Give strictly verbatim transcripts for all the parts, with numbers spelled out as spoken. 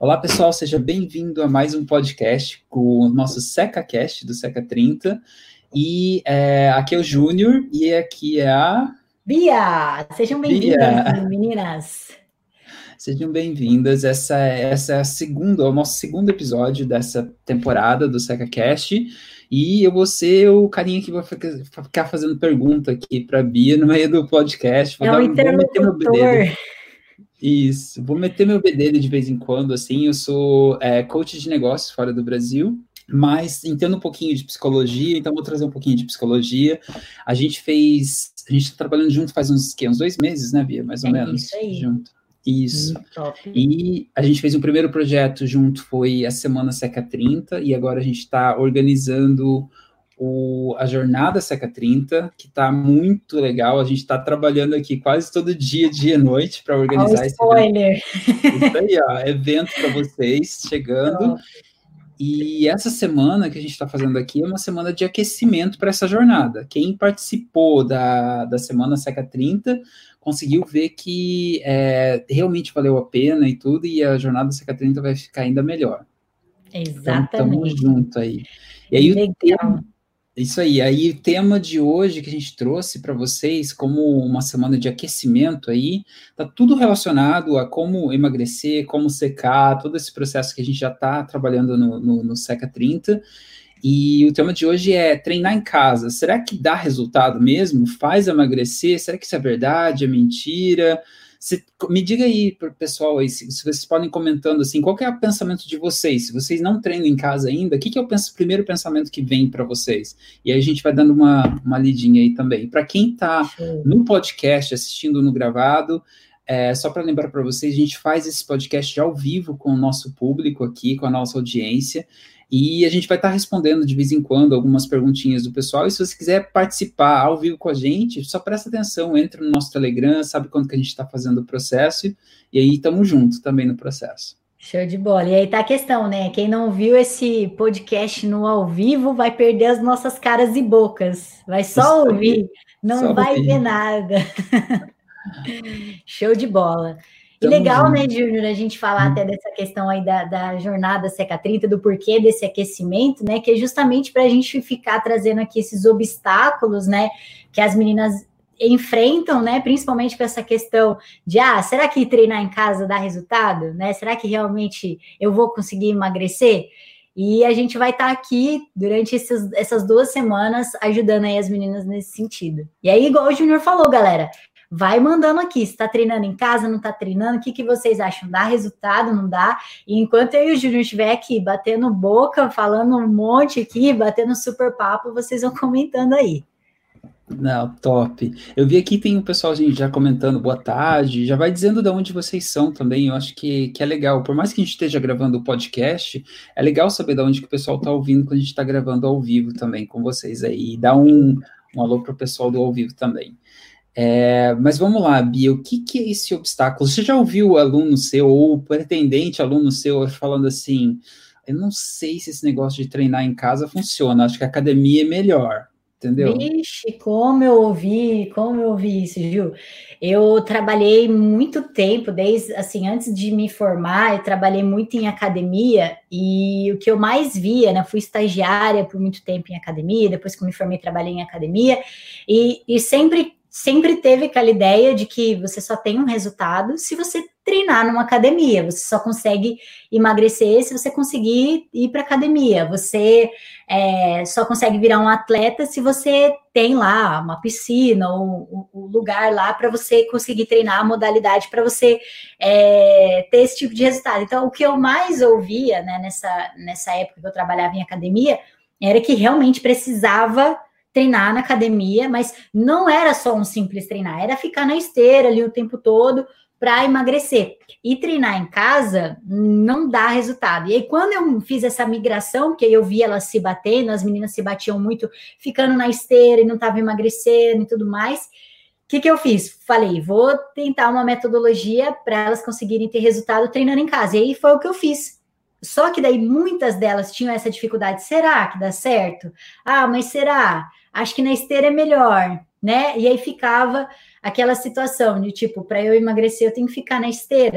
Olá, pessoal, seja bem-vindo a mais um podcast com o nosso SecaCast do Seca trinta. E é, aqui é o Júnior e aqui é a... Bia! Sejam bem-vindas, meninas! Sejam bem-vindas. Essa, essa é a segunda, o nosso segundo episódio dessa temporada do SecaCast. E eu vou ser o carinha que vai ficar fazendo pergunta aqui para a Bia no meio do podcast. Vou é dar, um interlocutor. Isso, vou meter meu bedelho de vez em quando, assim, eu sou é, coach de negócios fora do Brasil, mas entendo um pouquinho de psicologia, então vou trazer um pouquinho de psicologia. A gente fez, a gente está trabalhando junto faz uns, que, uns dois meses, né, Bia? Mais ou é menos. Isso aí. Junto. Isso. Hum, top. E a gente fez um primeiro projeto junto, foi a Semana Seca trinta, e agora a gente está organizando O, a Jornada Seca trinta, que está muito legal. A gente está trabalhando aqui quase todo dia, dia e noite, para organizar oh, esse spoiler. evento. Isso aí, ó, evento para vocês chegando. Oh. E essa semana que a gente está fazendo aqui é uma semana de aquecimento para essa jornada. Quem participou da, da Semana Seca trinta conseguiu ver que é, realmente valeu a pena e tudo, e a Jornada Seca trinta vai ficar ainda melhor. Exatamente. Então, estamos juntos aí. E aí, legal. o tema... Isso aí, aí o tema de hoje que a gente trouxe para vocês, como uma semana de aquecimento aí, tá tudo relacionado a como emagrecer, como secar, todo esse processo que a gente já está trabalhando no, no, no Seca trinta, e o tema de hoje é treinar em casa. Será que dá resultado mesmo? Faz emagrecer? Será que isso é verdade, é mentira? Se, me diga aí, pessoal, aí, se, se vocês podem comentando assim, qual que é o pensamento de vocês? Se vocês não treinam em casa ainda, o que, que é o pens- primeiro pensamento que vem para vocês? E aí a gente vai dando uma, uma lidinha aí também. Para quem está no podcast, assistindo no gravado, é, só para lembrar para vocês, a gente faz esse podcast ao vivo com o nosso público aqui, com a nossa audiência, e a gente vai estar tá respondendo de vez em quando algumas perguntinhas do pessoal, e se você quiser participar ao vivo com a gente, só presta atenção, entra no nosso Telegram, sabe quando que a gente está fazendo o processo, e aí estamos juntos também no processo. Show de bola. E aí tá a questão, né? Quem não viu esse podcast no ao vivo vai perder as nossas caras e bocas, vai só ouvir, não só vai ouvir. ver nada. Show de bola. E Tamo legal, junto. Né, Júnior, a gente falar hum. até dessa questão aí da, da jornada Seca trinta, do porquê desse aquecimento, né, que é justamente para a gente ficar trazendo aqui esses obstáculos, né, que as meninas enfrentam, né, principalmente com essa questão de, ah, será que treinar em casa dá resultado, né, será que realmente eu vou conseguir emagrecer? E a gente vai estar tá aqui durante esses, essas duas semanas ajudando aí as meninas nesse sentido. E aí, igual o Júnior falou, galera, vai mandando aqui, se está treinando em casa, não está treinando, o que, que vocês acham? Dá resultado, não dá? E enquanto eu e o Júnior estiver aqui batendo boca, falando um monte aqui, batendo super papo, vocês vão comentando aí. Não, top. Eu vi aqui, tem o pessoal gente, já comentando boa tarde, já vai dizendo de onde vocês são também, eu acho que, que é legal. Por mais que a gente esteja gravando o podcast, é legal saber de onde que o pessoal está ouvindo quando a gente está gravando ao vivo também com vocês aí. E dá um, um alô para o pessoal do ao vivo também. É, mas vamos lá, Bia, o que, que é esse obstáculo? Você já ouviu o aluno seu, ou o pretendente aluno seu, falando assim, eu não sei se esse negócio de treinar em casa funciona, acho que a academia é melhor, entendeu? Vixe, como eu ouvi, como eu ouvi isso, Gil. Eu trabalhei muito tempo, desde, assim, antes de me formar, eu trabalhei muito em academia, e o que eu mais via, né, fui estagiária por muito tempo em academia, depois que eu me formei, trabalhei em academia, e, e sempre sempre teve aquela ideia de que você só tem um resultado se você treinar numa academia, você só consegue emagrecer se você conseguir ir para academia, você é, só consegue virar um atleta se você tem lá uma piscina ou um lugar lá para você conseguir treinar a modalidade para você é, ter esse tipo de resultado. Então, o que eu mais ouvia, né, nessa, nessa época que eu trabalhava em academia, era que realmente precisava treinar na academia, mas não era só um simples treinar, era ficar na esteira ali o tempo todo para emagrecer. E treinar em casa não dá resultado. E aí, quando eu fiz essa migração, que eu vi elas se batendo, as meninas se batiam muito, ficando na esteira e não estavam emagrecendo e tudo mais, o que, que eu fiz? Falei, vou tentar uma metodologia para elas conseguirem ter resultado treinando em casa. E aí foi o que eu fiz. Só que daí muitas delas tinham essa dificuldade. Será que dá certo? Ah, mas será? Acho que na esteira é melhor, né? E aí ficava aquela situação de tipo, para eu emagrecer eu tenho que ficar na esteira.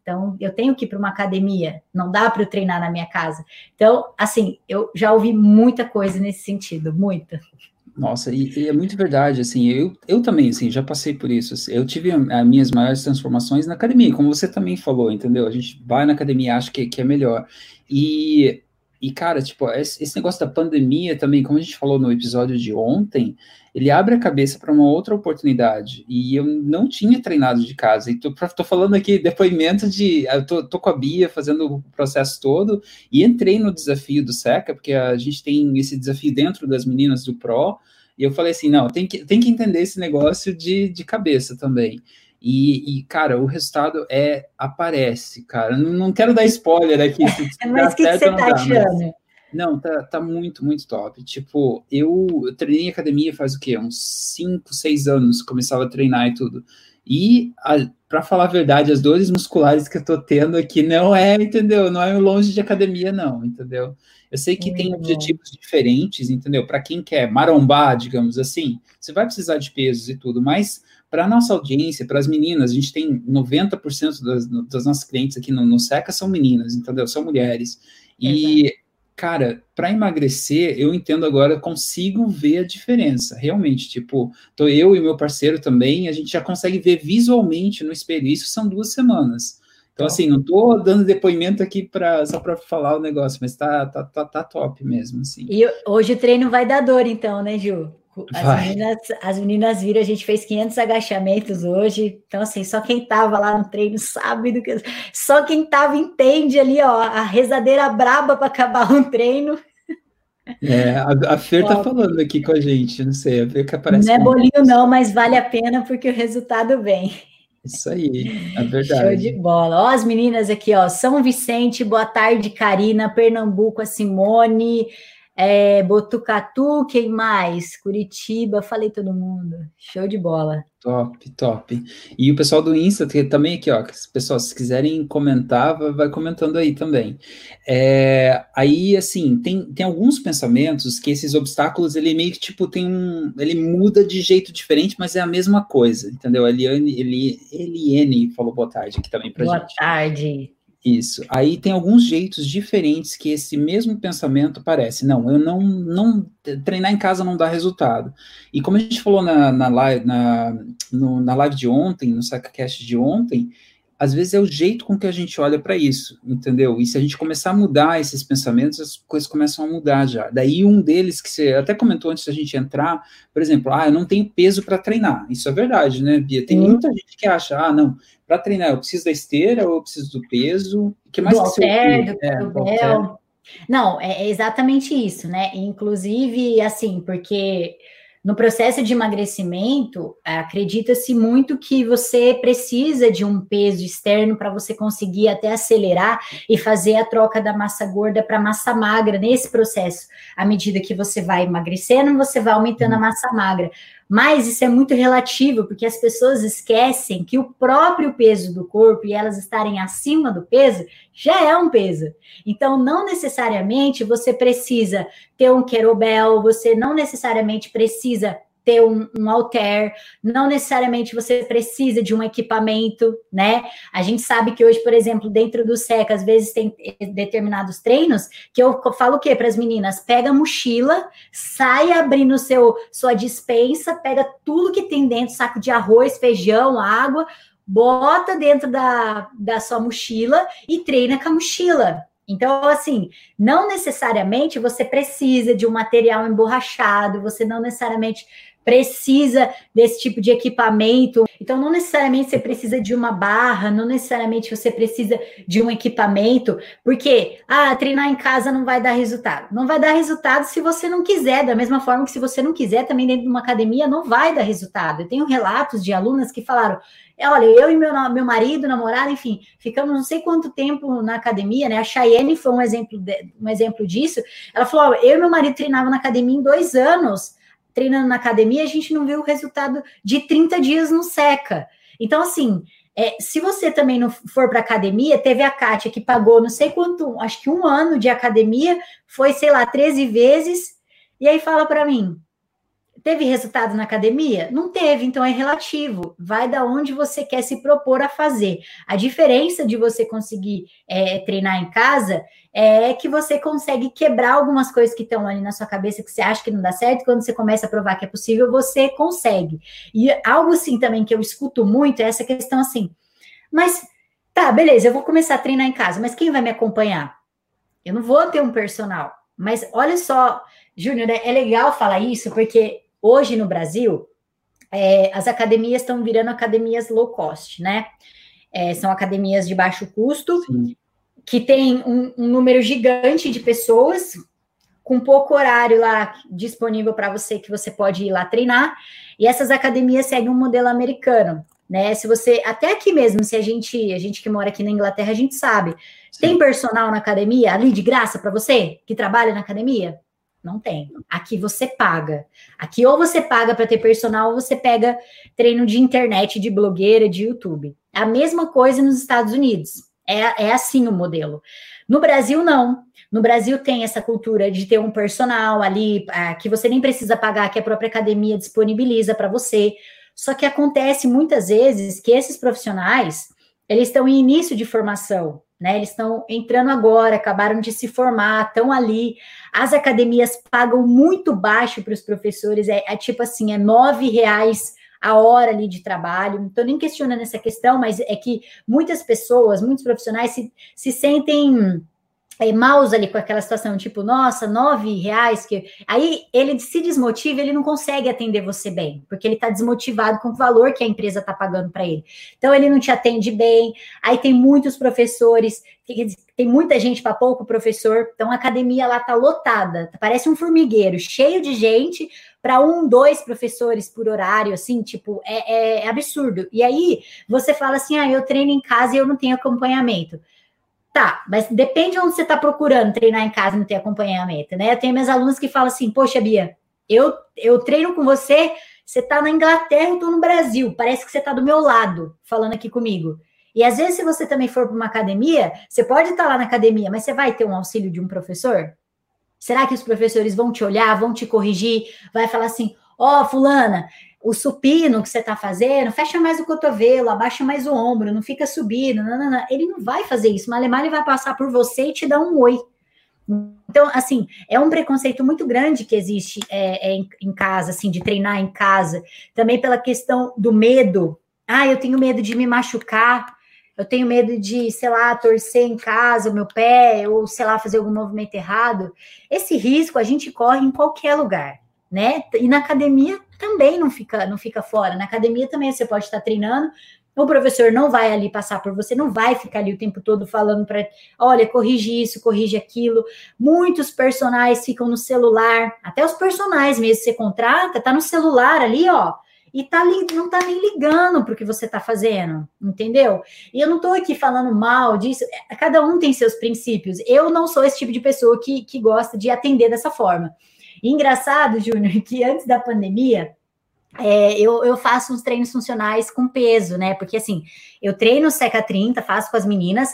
então eu tenho que ir para uma academia, não dá para eu treinar na minha casa. Então, assim, eu já ouvi muita coisa nesse sentido, muita. Nossa, e, e é muito verdade, assim, eu, eu também, assim, já passei por isso, assim, eu tive as minhas maiores transformações na academia, como você também falou, entendeu? A gente vai na academia e acha que, que é melhor, e, e, cara, tipo, esse, esse negócio da pandemia também, como a gente falou no episódio de ontem, ele abre a cabeça para uma outra oportunidade, e eu não tinha treinado de casa, e tô, tô falando aqui depoimento de, eu tô, tô com a Bia fazendo o processo todo, e entrei no desafio do SECA, porque a gente tem esse desafio dentro das meninas do Pro, e eu falei assim, não, tem que, tem que entender esse negócio de, de cabeça também. E, e, cara, o resultado é, aparece, cara. Não, não quero dar spoiler aqui, se, se Mas o que, que você tá achando? Mas, não, tá, tá muito, muito top. Tipo, eu, eu treinei em academia faz o quê? Uns cinco, seis anos, começava a treinar e tudo. E, para falar a verdade, as dores musculares que eu tô tendo aqui não é, entendeu? Não é longe de academia, não, entendeu? Eu sei que muito tem objetivos bom. Diferentes, entendeu? Para quem quer marombar, digamos assim, você vai precisar de pesos e tudo, mas para a nossa audiência, para as meninas, a gente tem noventa por cento das, das nossas clientes aqui no, no SECA são meninas, entendeu? São mulheres. E, exato. Cara, para emagrecer, eu entendo agora, consigo ver a diferença, realmente, tipo, tô eu e meu parceiro também, a gente já consegue ver visualmente no espelho, isso são duas semanas. Então, top. Assim, não tô dando depoimento aqui pra, só para falar o negócio, mas tá, tá, tá, tá top mesmo, assim. E hoje o treino vai dar dor, então, né, Ju? As meninas, as meninas viram, a gente fez quinhentos agachamentos hoje, então assim, só quem tava lá no treino sabe do que... Só quem tava entende ali, ó, a rezadeira braba para acabar um treino. É, a, a Fer tá falando aqui com a gente, não sei, a Fer que aparece... Não é bolinho não, mas vale a pena porque o resultado vem. Isso aí, é verdade. Show de bola. Ó, as meninas aqui, ó, São Vicente, boa tarde, Karina, Pernambuco, a Simone... É, Botucatu, quem mais? Curitiba, falei todo mundo. Show de bola. Top, top. E o pessoal do Insta também aqui, ó. Pessoal, se quiserem comentar, vai comentando aí também. É, aí, assim, tem, tem alguns pensamentos que esses obstáculos, ele meio que, tipo, tem um... Ele muda de jeito diferente, mas é a mesma coisa, entendeu? A Eliane, Eli, Eliane falou boa tarde aqui também pra boa gente. Boa tarde. Isso. Aí tem alguns jeitos diferentes que esse mesmo pensamento parece. Não, eu não, não treinar em casa não dá resultado. E como a gente falou na, na, live, na, no, na live de ontem, no SacaCast de ontem, às vezes é o jeito com que a gente olha para isso, entendeu? E se a gente começar a mudar esses pensamentos, as coisas começam a mudar já. Daí um deles que você até comentou antes da gente entrar, por exemplo, ah, eu não tenho peso para treinar. Isso é verdade, né, Bia? Tem hum. muita gente que acha, ah, não, para treinar eu preciso da esteira ou eu preciso do peso? O que mais do que halter, do é, kettlebell. Não, é exatamente isso, né? Inclusive, assim, porque... No processo de emagrecimento, acredita-se muito que você precisa de um peso externo para você conseguir até acelerar e fazer a troca da massa gorda para massa magra nesse processo. À medida que você vai emagrecendo, você vai aumentando a massa magra. Mas isso é muito relativo, porque as pessoas esquecem que o próprio peso do corpo e elas estarem acima do peso já é um peso. Então, não necessariamente você precisa ter um kettlebell, você não necessariamente precisa ter um, um halter, não necessariamente você precisa de um equipamento, né? A gente sabe que hoje, por exemplo, dentro do SECA, às vezes tem determinados treinos que eu falo o quê para as meninas? Pega a mochila, sai abrindo seu, sua despensa, pega tudo que tem dentro, saco de arroz, feijão, água, bota dentro da, da sua mochila e treina com a mochila. Então, assim, não necessariamente você precisa de um material emborrachado, você não necessariamente precisa desse tipo de equipamento. Então, não necessariamente você precisa de uma barra, não necessariamente você precisa de um equipamento, porque, ah, treinar em casa não vai dar resultado. Não vai dar resultado se você não quiser, da mesma forma que se você não quiser, também dentro de uma academia não vai dar resultado. Eu tenho relatos de alunas que falaram, olha, eu e meu, meu marido, namorado, enfim, ficamos não sei quanto tempo na academia, né? A Chayenne foi um exemplo, de, um exemplo disso. Ela falou, eu e meu marido treinavam na academia em dois anos, treinando na academia, a gente não viu o resultado de trinta dias no SECA. Então, assim, é, se você também não for para academia, teve a Kátia que pagou não sei quanto, acho que um ano de academia, foi, sei lá, treze vezes, e aí fala para mim, Teve resultado na academia? Não teve, então é relativo. Vai da onde você quer se propor a fazer. A diferença de você conseguir é, treinar em casa é que você consegue quebrar algumas coisas que estão ali na sua cabeça que você acha que não dá certo. Quando você começa a provar que é possível, você consegue. E algo assim também que eu escuto muito é essa questão assim, mas tá, beleza, eu vou começar a treinar em casa, mas quem vai me acompanhar? Eu não vou ter um personal. Mas olha só, Júnior, é legal falar isso, porque hoje no Brasil, é, as academias estão virando academias low cost, né? É, são academias de baixo custo, Sim. que tem um, um número gigante de pessoas, com pouco horário lá disponível para você, que você pode ir lá treinar, e essas academias seguem um modelo americano, né? Se você, até aqui mesmo, se a gente, a gente que mora aqui na Inglaterra, a gente sabe, Sim. tem personal na academia ali de graça para você, que trabalha na academia? Não tem. Aqui você paga. Aqui ou você paga para ter personal, ou você pega treino de internet, de blogueira, de YouTube. A mesma coisa nos Estados Unidos. É, é assim o modelo. No Brasil, não. No Brasil tem essa cultura de ter um personal ali, ah, que você nem precisa pagar, que a própria academia disponibiliza para você. Só que acontece muitas vezes que esses profissionais, eles estão em início de formação, né? Eles estão entrando agora, acabaram de se formar, estão ali. As academias pagam muito baixo para os professores, é, é tipo assim, é nove reais a hora ali de trabalho. Não estou nem questionando essa questão, mas é que muitas pessoas, muitos profissionais se, se sentem é, maus ali com aquela situação, tipo, nossa, nove reais, que... aí ele se desmotiva, ele não consegue atender você bem, porque ele está desmotivado com o valor que a empresa está pagando para ele. Então, ele não te atende bem, aí tem muitos professores, tem muita gente para pouco professor, então a academia lá está lotada, parece um formigueiro, cheio de gente, para um, dois professores por horário, assim, tipo, é, é absurdo. E aí, você fala assim, ah, eu treino em casa e eu não tenho acompanhamento. Tá, mas depende de onde você está procurando treinar em casa e não ter acompanhamento, né? Eu tenho minhas alunas que falam assim, poxa, Bia, eu, eu treino com você, você está na Inglaterra, eu estou no Brasil, parece que você está do meu lado, falando aqui comigo. E às vezes, se você também for para uma academia, você pode estar lá na academia, mas você vai ter um auxílio de um professor? Será que os professores vão te olhar, vão te corrigir, vai falar assim, ó, oh, fulana, o supino que você está fazendo, fecha mais o cotovelo, abaixa mais o ombro, não fica subindo, não, não, não. Ele não vai fazer isso, mas ele vai passar por você e te dar um oi. Então, assim, é um preconceito muito grande que existe é, é, em, em casa, assim, de treinar em casa, também pela questão do medo. Ah, eu tenho medo de me machucar, eu tenho medo de, sei lá, torcer em casa o meu pé, ou, sei lá, fazer algum movimento errado. Esse risco a gente corre em qualquer lugar, né? E na academia também não fica, não fica fora. Na academia também você pode estar treinando, o professor não vai ali passar por você, não vai ficar ali o tempo todo falando para, olha, corrige isso, corrige aquilo. Muitos personagens ficam no celular, até os personagens mesmo que você contrata, tá no celular ali, ó, e tá ali, não tá nem ligando pro que você tá fazendo, entendeu? E eu não tô aqui falando mal disso, cada um tem seus princípios. Eu não sou esse tipo de pessoa que, que gosta de atender dessa forma. E engraçado, Júnior, que antes da pandemia, é, eu, eu faço uns treinos funcionais com peso, né? Porque assim, eu treino Seca trinta, faço com as meninas,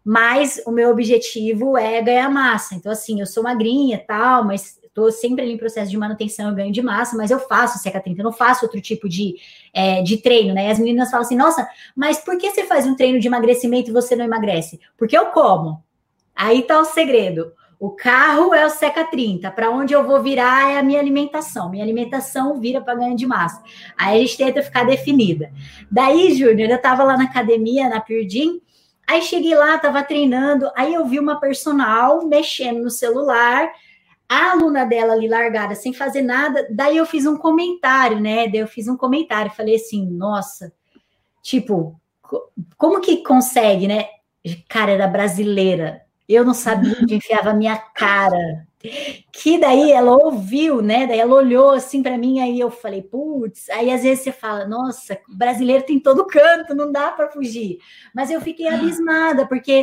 mas o meu objetivo é ganhar massa. Então, assim, eu sou magrinha e tal, mas estou sempre ali em processo de manutenção, eu ganho de massa, mas eu faço Seca trinta, eu não faço outro tipo de, é, de treino, né? E as meninas falam assim, nossa, mas por que você faz um treino de emagrecimento e você não emagrece? Porque eu como. Aí tá o segredo. O carro é o Seca trinta, para onde eu vou virar é a minha alimentação. Minha alimentação vira para ganho de massa. Aí a gente tenta ficar definida. Daí, Júnior, eu estava lá na academia, na Pirdim, aí cheguei lá, estava treinando, aí eu vi uma personal mexendo no celular, a aluna dela ali largada, sem fazer nada, daí eu fiz um comentário, né? Daí eu fiz um comentário, falei assim, nossa, tipo, como que consegue, né? Cara, era brasileira. Eu não sabia onde enfiava a minha cara. Que daí ela ouviu, né? Daí ela olhou assim para mim, aí eu falei, putz. Aí às vezes você fala, nossa, brasileiro tem todo canto, não dá para fugir. Mas eu fiquei abismada, porque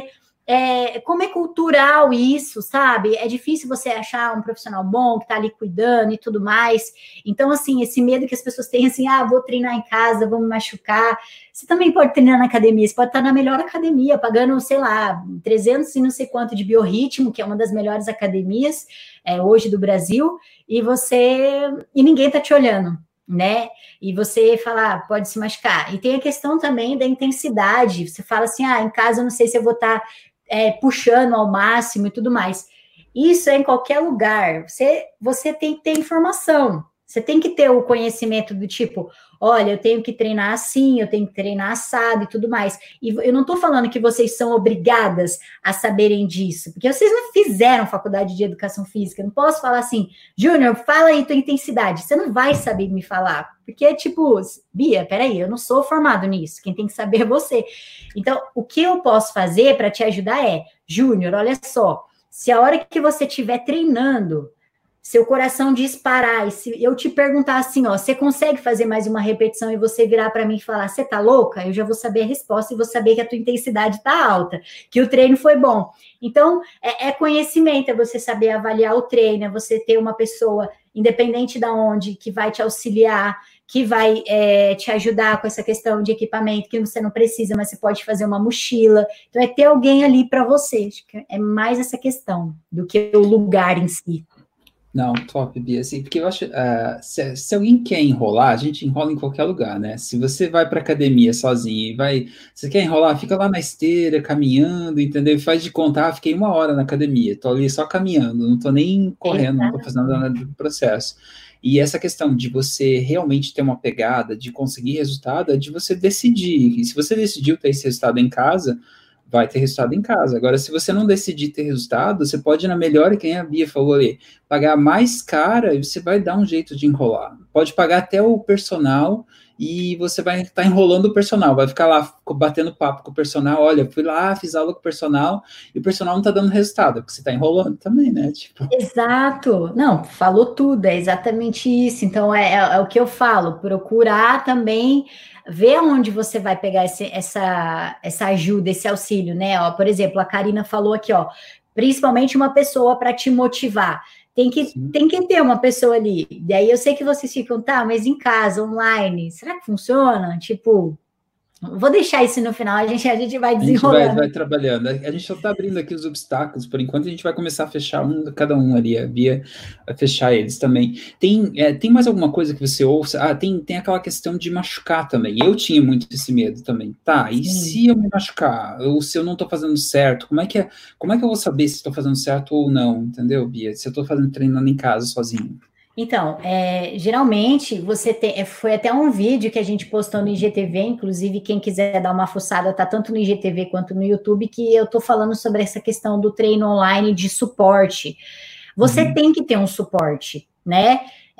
é, como é cultural isso, sabe? É difícil você achar um profissional bom que tá ali cuidando e tudo mais. Então, assim, esse medo que as pessoas têm, assim, ah, vou treinar em casa, vou me machucar. Você também pode treinar na academia, você pode estar na melhor academia, pagando, sei lá, trezentos e não sei quanto de Biorritmo, que é uma das melhores academias é, hoje do Brasil, e você... e ninguém tá te olhando, né? E você fala, ah, pode se machucar. E tem a questão também da intensidade. Você fala assim, ah, em casa eu não sei se eu vou estar é, puxando ao máximo e tudo mais. Isso é em qualquer lugar. Você, você tem que ter informação. Você tem que ter o conhecimento do tipo, olha, eu tenho que treinar assim, eu tenho que treinar assado e tudo mais. E eu não estou falando que vocês são obrigadas a saberem disso, porque vocês não fizeram faculdade de educação física. Eu não posso falar assim, Júnior, fala aí tua intensidade. Você não vai saber me falar, porque é tipo, Bia, peraí, eu não sou formado nisso, quem tem que saber é você. Então, o que eu posso fazer para te ajudar é, Júnior, olha só, se a hora que você estiver treinando, seu coração disparar, e se eu te perguntar assim, ó, você consegue fazer mais uma repetição e você virar para mim e falar, você tá louca? Eu já vou saber a resposta e vou saber que a tua intensidade tá alta, que o treino foi bom. Então, é, é conhecimento, é você saber avaliar o treino, é você ter uma pessoa, independente de onde, que vai te auxiliar, que vai é, te ajudar com essa questão de equipamento, que você não precisa, mas você pode fazer uma mochila. Então, é ter alguém ali para você. Acho que é mais essa questão do que o lugar em si. Não, top, Bia, assim, porque eu acho, uh, se, se alguém quer enrolar, a gente enrola em qualquer lugar, né? Se você vai para academia sozinho e vai, você quer enrolar, fica lá na esteira, caminhando, entendeu? Faz de contar, ah, fiquei uma hora na academia, tô ali só caminhando, não tô nem correndo, não tô fazendo nada do processo. E essa questão de você realmente ter uma pegada, de conseguir resultado, é de você decidir. E se você decidiu ter esse resultado em casa, vai ter resultado em casa. Agora, se você não decidir ter resultado, você pode ir na melhor, quem a Bia falou ali, pagar mais cara e você vai dar um jeito de enrolar. Pode pagar até o personal e você vai estar tá enrolando o personal, vai ficar lá batendo papo com o personal, olha, fui lá, fiz aula com o personal e o personal não está dando resultado, porque você está enrolando também, né? Tipo... Exato. Não, falou tudo, é exatamente isso. Então, é, é, é o que eu falo, procurar também ver onde você vai pegar esse, essa, essa ajuda, esse auxílio, né? Ó, por exemplo, a Karina falou aqui, ó, principalmente uma pessoa para te motivar. Tem que, tem que ter uma pessoa ali. E aí eu sei que vocês ficam, tá, mas em casa, online, será que funciona? Tipo, vou deixar isso no final, a gente, a gente vai desenrolando. A gente vai, vai trabalhando. A gente só está abrindo aqui os obstáculos, por enquanto a gente vai começar a fechar um, cada um ali, a Bia vai fechar eles também. Tem, é, tem mais alguma coisa que você ouça? Ah, tem, tem aquela questão de machucar também. Eu tinha muito esse medo também. Tá, e Sim. se eu me machucar? Ou se eu não estou fazendo certo? Como é, que é, como é que eu vou saber se estou fazendo certo ou não? Entendeu, Bia? Se eu estou fazendo treinando em casa sozinho. Então, é, geralmente, você tem, foi até um vídeo que a gente postou no I G T V, inclusive quem quiser dar uma fuçada, tá tanto no I G T V quanto no YouTube, que eu tô falando sobre essa questão do treino online de suporte. Você uhum. tem que ter um suporte, né?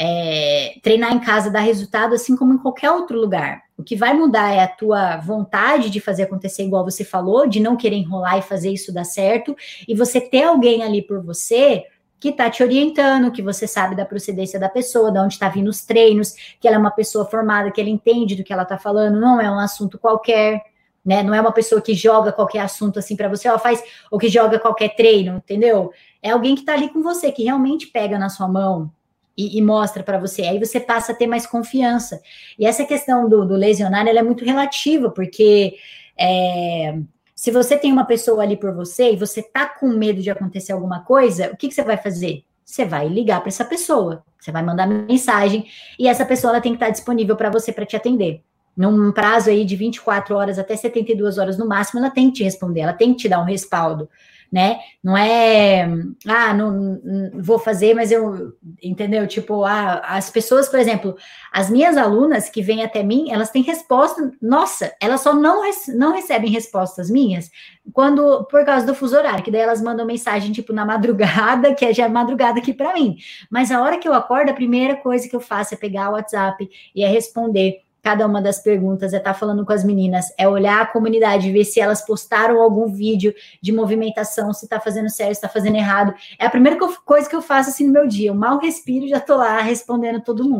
É, treinar em casa dá resultado assim como em qualquer outro lugar. O que vai mudar é a tua vontade de fazer acontecer igual você falou, de não querer enrolar e fazer isso dar certo, e você ter alguém ali por você que está te orientando, que você sabe da procedência da pessoa, de onde está vindo os treinos, que ela é uma pessoa formada, que ela entende do que ela está falando, não é um assunto qualquer, né? Não é uma pessoa que joga qualquer assunto assim para você, ó, faz, ou que joga qualquer treino, entendeu? É alguém que está ali com você, que realmente pega na sua mão e, e mostra para você. Aí você passa a ter mais confiança. E essa questão do, do lesionar, ela é muito relativa, porque... É, se você tem uma pessoa ali por você e você tá com medo de acontecer alguma coisa, o que, que você vai fazer? Você vai ligar para essa pessoa, você vai mandar mensagem e essa pessoa ela tem que estar disponível para você para te atender. Num prazo aí de vinte e quatro horas até setenta e duas horas no máximo, ela tem que te responder, ela tem que te dar um respaldo, né? Não é, ah, não, não vou fazer, mas eu, entendeu? Tipo, ah, as pessoas, por exemplo, as minhas alunas que vêm até mim, elas têm resposta, nossa, elas só não, não recebem respostas minhas quando, por causa do fuso horário, que daí elas mandam mensagem, tipo, na madrugada, que é já madrugada aqui para mim, mas a hora que eu acordo, a primeira coisa que eu faço é pegar o WhatsApp e é responder cada uma das perguntas, é estar falando com as meninas, é olhar a comunidade, ver se elas postaram algum vídeo de movimentação, se está fazendo certo, se está fazendo errado. É a primeira coisa que eu faço assim no meu dia. Eu mal respiro, já estou lá respondendo todo mundo.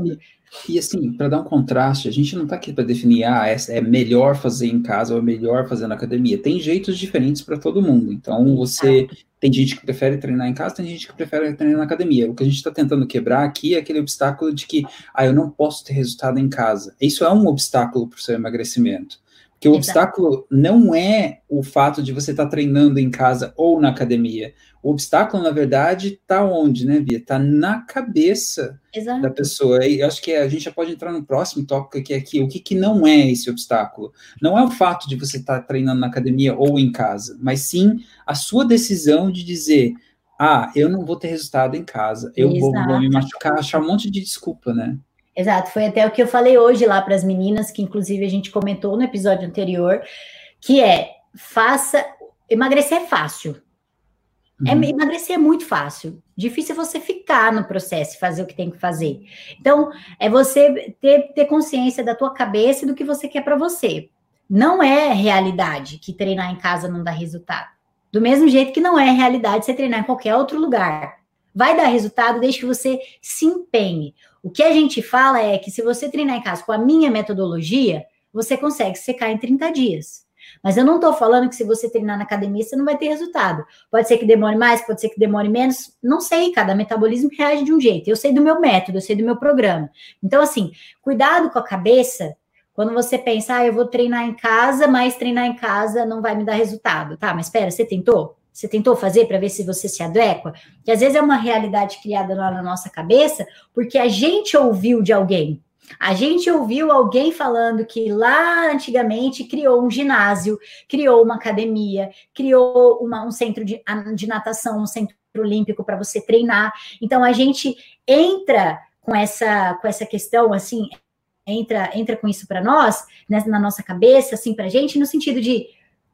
E assim, para dar um contraste, a gente não está aqui para definir, ah, é, é melhor fazer em casa ou é melhor fazer na academia. Tem jeitos diferentes para todo mundo. Então, você tem gente que prefere treinar em casa, tem gente que prefere treinar na academia. O que a gente está tentando quebrar aqui é aquele obstáculo de que, ah, eu não posso ter resultado em casa. Isso é um obstáculo para o seu emagrecimento. Porque o Exato. obstáculo não é o fato de você estar tá treinando em casa ou na academia. O obstáculo, na verdade, está onde, né, Bia? Está na cabeça Exato. da pessoa. E eu acho que a gente já pode entrar no próximo tópico, que é aqui. O que, que não é esse obstáculo? Não é o fato de você estar tá treinando na academia ou em casa, mas sim a sua decisão de dizer, ah, eu não vou ter resultado em casa, eu vou, vou me machucar, achar um monte de desculpa, né? Exato, foi até o que eu falei hoje lá para as meninas, que inclusive a gente comentou no episódio anterior, que é, faça, emagrecer é fácil. Uhum. É, emagrecer é muito fácil. Difícil é você ficar no processo e fazer o que tem que fazer. Então, é você ter, ter consciência da tua cabeça e do que você quer para você. Não é realidade que treinar em casa não dá resultado. Do mesmo jeito que não é realidade você treinar em qualquer outro lugar. Vai dar resultado desde que você se empenhe. O que a gente fala é que se você treinar em casa com a minha metodologia, você consegue secar em trinta dias. Mas eu não estou falando que se você treinar na academia, você não vai ter resultado. Pode ser que demore mais, pode ser que demore menos. Não sei, cada metabolismo reage de um jeito. Eu sei do meu método, eu sei do meu programa. Então, assim, cuidado com a cabeça quando você pensa, ah, eu vou treinar em casa, mas treinar em casa não vai me dar resultado. Tá, mas espera, você tentou? Você tentou fazer para ver se você se adequa? Que às vezes é uma realidade criada lá na nossa cabeça, porque a gente ouviu de alguém. A gente ouviu alguém falando que lá antigamente criou um ginásio, criou uma academia, criou uma, um centro de, de natação, um centro olímpico para você treinar. Então a gente entra com essa, com essa questão, assim, entra, entra com isso para nós, né, na nossa cabeça, assim, para a gente, no sentido de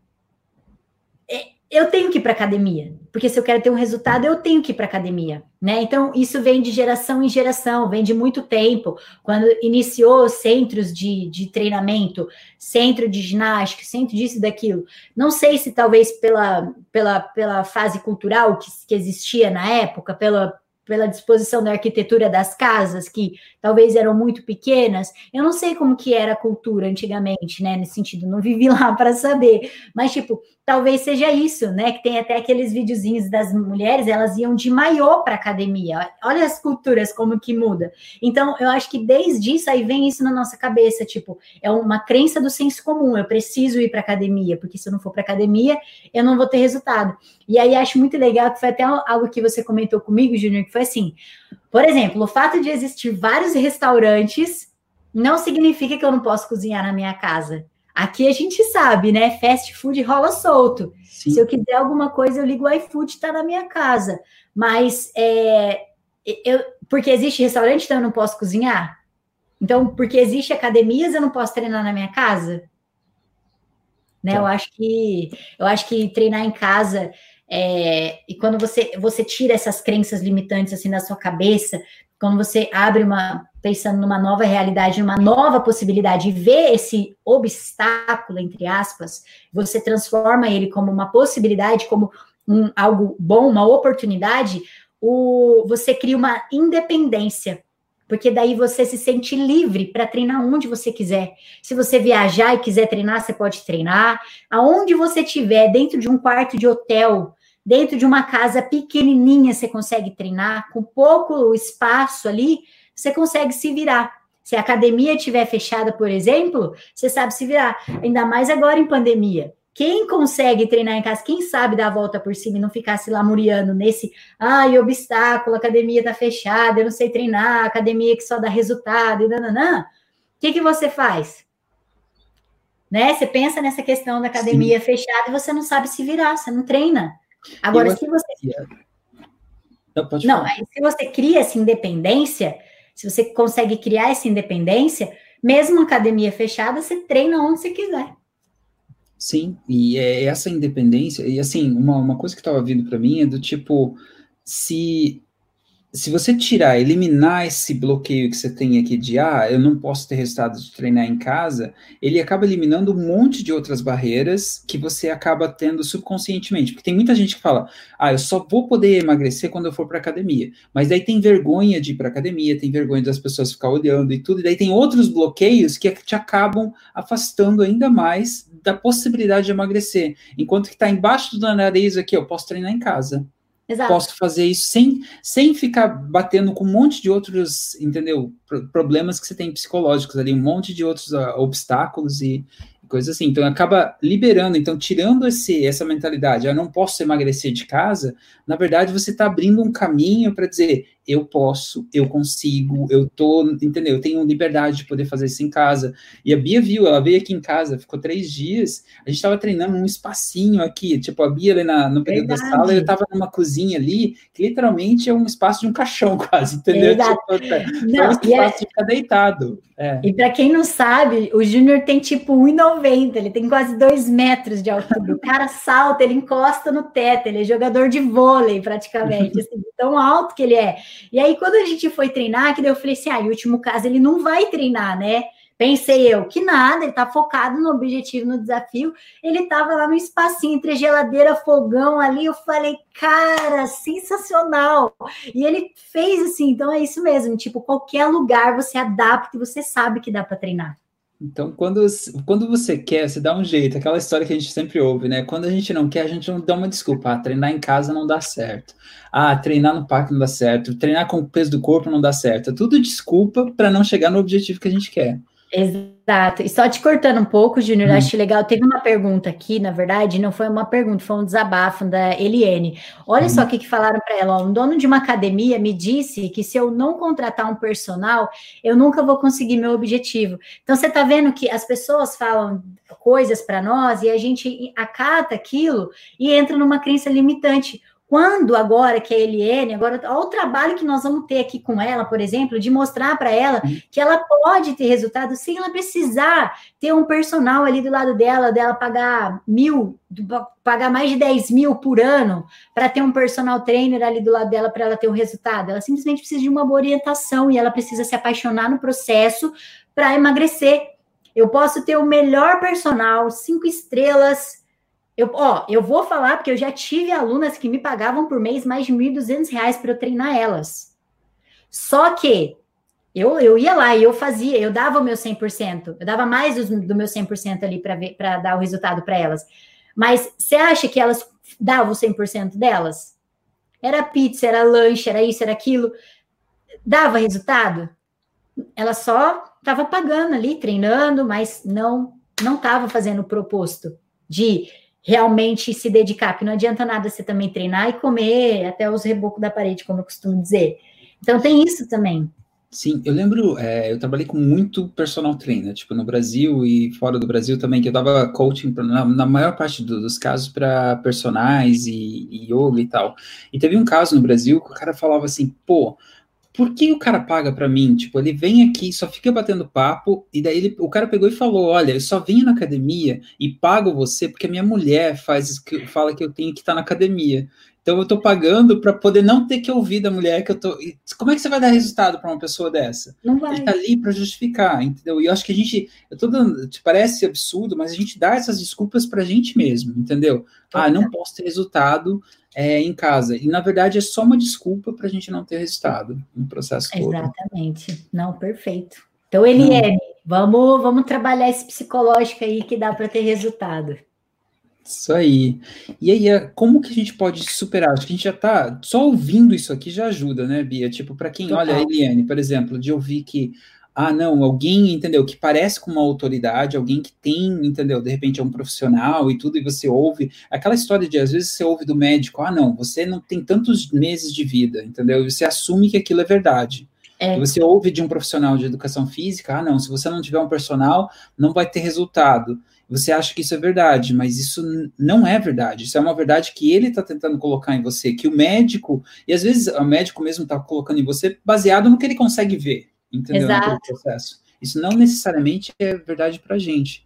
eu tenho que ir para academia, porque se eu quero ter um resultado, eu tenho que ir para academia, né? Então, isso vem de geração em geração, vem de muito tempo. Quando iniciou centros de, de treinamento, centro de ginástica, centro disso e daquilo. Não sei se talvez pela, pela, pela fase cultural que, que existia na época, pela, pela disposição da arquitetura das casas, que talvez eram muito pequenas. Eu não sei como que era a cultura antigamente, né? Nesse sentido, não vivi lá para saber. Mas, tipo, talvez seja isso, né? Que tem até aqueles videozinhos das mulheres, elas iam de maiô para academia. Olha as culturas, como que muda. Então, eu acho que desde isso aí vem isso na nossa cabeça, tipo, é uma crença do senso comum. Eu preciso ir para academia, porque se eu não for para academia, eu não vou ter resultado. E aí acho muito legal que foi até algo que você comentou comigo, Júnior, que foi assim, por exemplo, o fato de existir vários restaurantes não significa que eu não posso cozinhar na minha casa. Aqui a gente sabe, né? Fast food rola solto. Sim. Se eu quiser alguma coisa, eu ligo o iFood, tá na minha casa. Mas, é, eu, porque existe restaurante, então eu não posso cozinhar? Então, porque existe academias, eu não posso treinar na minha casa? Né? Tá. Eu acho que, eu acho que treinar em casa... É, e quando você, você tira essas crenças limitantes assim da sua cabeça, quando você abre uma, pensando numa nova realidade, numa nova possibilidade, e vê esse obstáculo, entre aspas, você transforma ele como uma possibilidade, como um, algo bom, uma oportunidade, o, você cria uma independência, porque daí você se sente livre para treinar onde você quiser. Se você viajar e quiser treinar, você pode treinar. Aonde você estiver, dentro de um quarto de hotel, dentro de uma casa pequenininha, você consegue treinar, com pouco espaço ali, você consegue se virar. Se a academia estiver fechada, por exemplo, você sabe se virar. Ainda mais agora em pandemia. Quem consegue treinar em casa, quem sabe dar a volta por cima e não ficar se lamuriando nesse, ai, obstáculo, a academia tá fechada, eu não sei treinar, academia que só dá resultado, e nananã, o que que você faz? Né? Você pensa nessa questão da academia Sim. fechada e você não sabe se virar, você não treina. Agora, eu se você... Não, pode não aí, se você cria essa independência, se você consegue criar essa independência, mesmo na academia fechada, você treina onde você quiser. Sim, e é essa independência, e assim, uma, uma coisa que estava vindo para mim é do tipo, se se você tirar, eliminar esse bloqueio que você tem aqui de, ah, eu não posso ter resultado de treinar em casa, ele acaba eliminando um monte de outras barreiras que você acaba tendo subconscientemente. Porque tem muita gente que fala, ah, eu só vou poder emagrecer quando eu for para academia. Mas daí tem vergonha de ir para academia, tem vergonha das pessoas ficar olhando e tudo, e daí tem outros bloqueios que te acabam afastando ainda mais da possibilidade de emagrecer. Enquanto que está embaixo do nariz aqui, eu posso treinar em casa. Exato. Posso fazer isso sem, sem ficar batendo com um monte de outros, entendeu? Problemas que você tem psicológicos ali, um monte de outros uh, obstáculos e coisas assim. Então, acaba liberando, então, tirando esse, essa mentalidade, eu não posso emagrecer de casa, na verdade, você está abrindo um caminho para dizer, eu posso, eu consigo, eu tô, entendeu? Eu tenho liberdade de poder fazer isso em casa. E a Bia viu, ela veio aqui em casa, ficou três dias, a gente estava treinando num espacinho aqui, tipo, a Bia ali na, no período verdade. Da sala, eu estava numa cozinha ali, que literalmente é um espaço de um caixão quase, entendeu? Tipo, não, é um espaço é... de ficar deitado. É. E para quem não sabe, o Júnior tem tipo um e noventa, ele tem quase dois metros de altura. O cara salta, ele encosta no teto, ele é jogador de vôlei praticamente, assim, tão alto que ele é. E aí, quando a gente foi treinar, que daí eu falei assim, ah, em último caso, ele não vai treinar, né? Pensei eu, que nada, ele tá focado no objetivo, no desafio, ele tava lá no espacinho, entre geladeira, fogão ali, eu falei, cara, sensacional! E ele fez assim, então é isso mesmo, tipo, qualquer lugar você adapta e você sabe que dá para treinar. Então, quando, quando você quer, você dá um jeito, aquela história que a gente sempre ouve, né? Quando a gente não quer, a gente não dá uma desculpa. Ah, treinar em casa não dá certo. Ah, treinar no parque não dá certo. Treinar com o peso do corpo não dá certo. É tudo desculpa para não chegar no objetivo que a gente quer. Exato. E só te cortando um pouco, Júnior, hum. acho legal. Teve uma pergunta aqui, na verdade, não foi uma pergunta, foi um desabafo da Eliane. Olha hum. só o que, que falaram para ela. Ó, um dono de uma academia me disse que se eu não contratar um personal, eu nunca vou conseguir meu objetivo. Então, você está vendo que as pessoas falam coisas para nós e a gente acata aquilo e entra numa crença limitante. Quando agora que a Eliane, agora olha o trabalho que nós vamos ter aqui com ela, por exemplo, de mostrar para ela que ela pode ter resultado sem ela precisar ter um personal ali do lado dela, dela pagar mil, pagar mais de dez mil por ano para ter um personal trainer ali do lado dela para ela ter um resultado. Ela simplesmente precisa de uma boa orientação e ela precisa se apaixonar no processo para emagrecer. Eu posso ter o melhor personal, cinco estrelas. Eu, ó, eu vou falar porque eu já tive alunas que me pagavam por mês mais de mil e duzentos reais para eu treinar elas. Só que eu, eu ia lá e eu fazia, eu dava o meu cem por cento, eu dava mais do, do meu cem por cento ali para dar o resultado para elas. Mas você acha que elas davam o cem por cento delas? Era pizza, era lanche, era isso, era aquilo. Dava resultado? Ela só estava pagando ali, treinando, mas não não estava fazendo o proposto de realmente se dedicar, porque não adianta nada você também treinar e comer até os rebocos da parede, como eu costumo dizer. Então tem isso também. Sim, eu lembro, é, eu trabalhei com muito personal trainer, tipo, no Brasil e fora do Brasil também, que eu dava coaching, pra, na, na maior parte do, dos casos, para personagens e, e yoga e tal. E teve um caso no Brasil que o cara falava assim, pô, por que o cara paga para mim? Tipo, ele vem aqui, só fica batendo papo, e daí ele, o cara pegou e falou, olha, eu só venho na academia e pago você porque a minha mulher faz, que, fala que eu tenho que estar na academia. Então eu tô pagando para poder não ter que ouvir da mulher que eu tô... Como é que você vai dar resultado para uma pessoa dessa? Não vai. Ele tá ali para justificar, entendeu? E eu acho que a gente, eu tô dando, te parece absurdo, mas a gente dá essas desculpas pra gente mesmo, entendeu? Ah, não posso ter resultado é, em casa. E, na verdade, é só uma desculpa para a gente não ter resultado no processo todo. Exatamente. Não, perfeito. Então, Eliane, vamos, vamos trabalhar esse psicológico aí que dá para ter resultado. Isso aí. E aí, como que a gente pode superar? Acho que a gente já tá... Só ouvindo isso aqui já ajuda, né, Bia? Tipo, para quem... Total. Olha, a Eliane, por exemplo, de ouvir que... Ah, não, alguém, entendeu, que parece com uma autoridade, alguém que tem, entendeu, de repente é um profissional e tudo, e você ouve, aquela história de, às vezes, você ouve do médico, ah, não, você não tem tantos meses de vida, entendeu, e você assume que aquilo é verdade. É. E você ouve de um profissional de educação física, ah, não, se você não tiver um personal, não vai ter resultado. Você acha que isso é verdade, mas isso não é verdade, isso é uma verdade que ele está tentando colocar em você, que o médico, e às vezes o médico mesmo está colocando em você baseado no que ele consegue ver. Entendeu? Exato. Processo. Isso não necessariamente é verdade para a gente.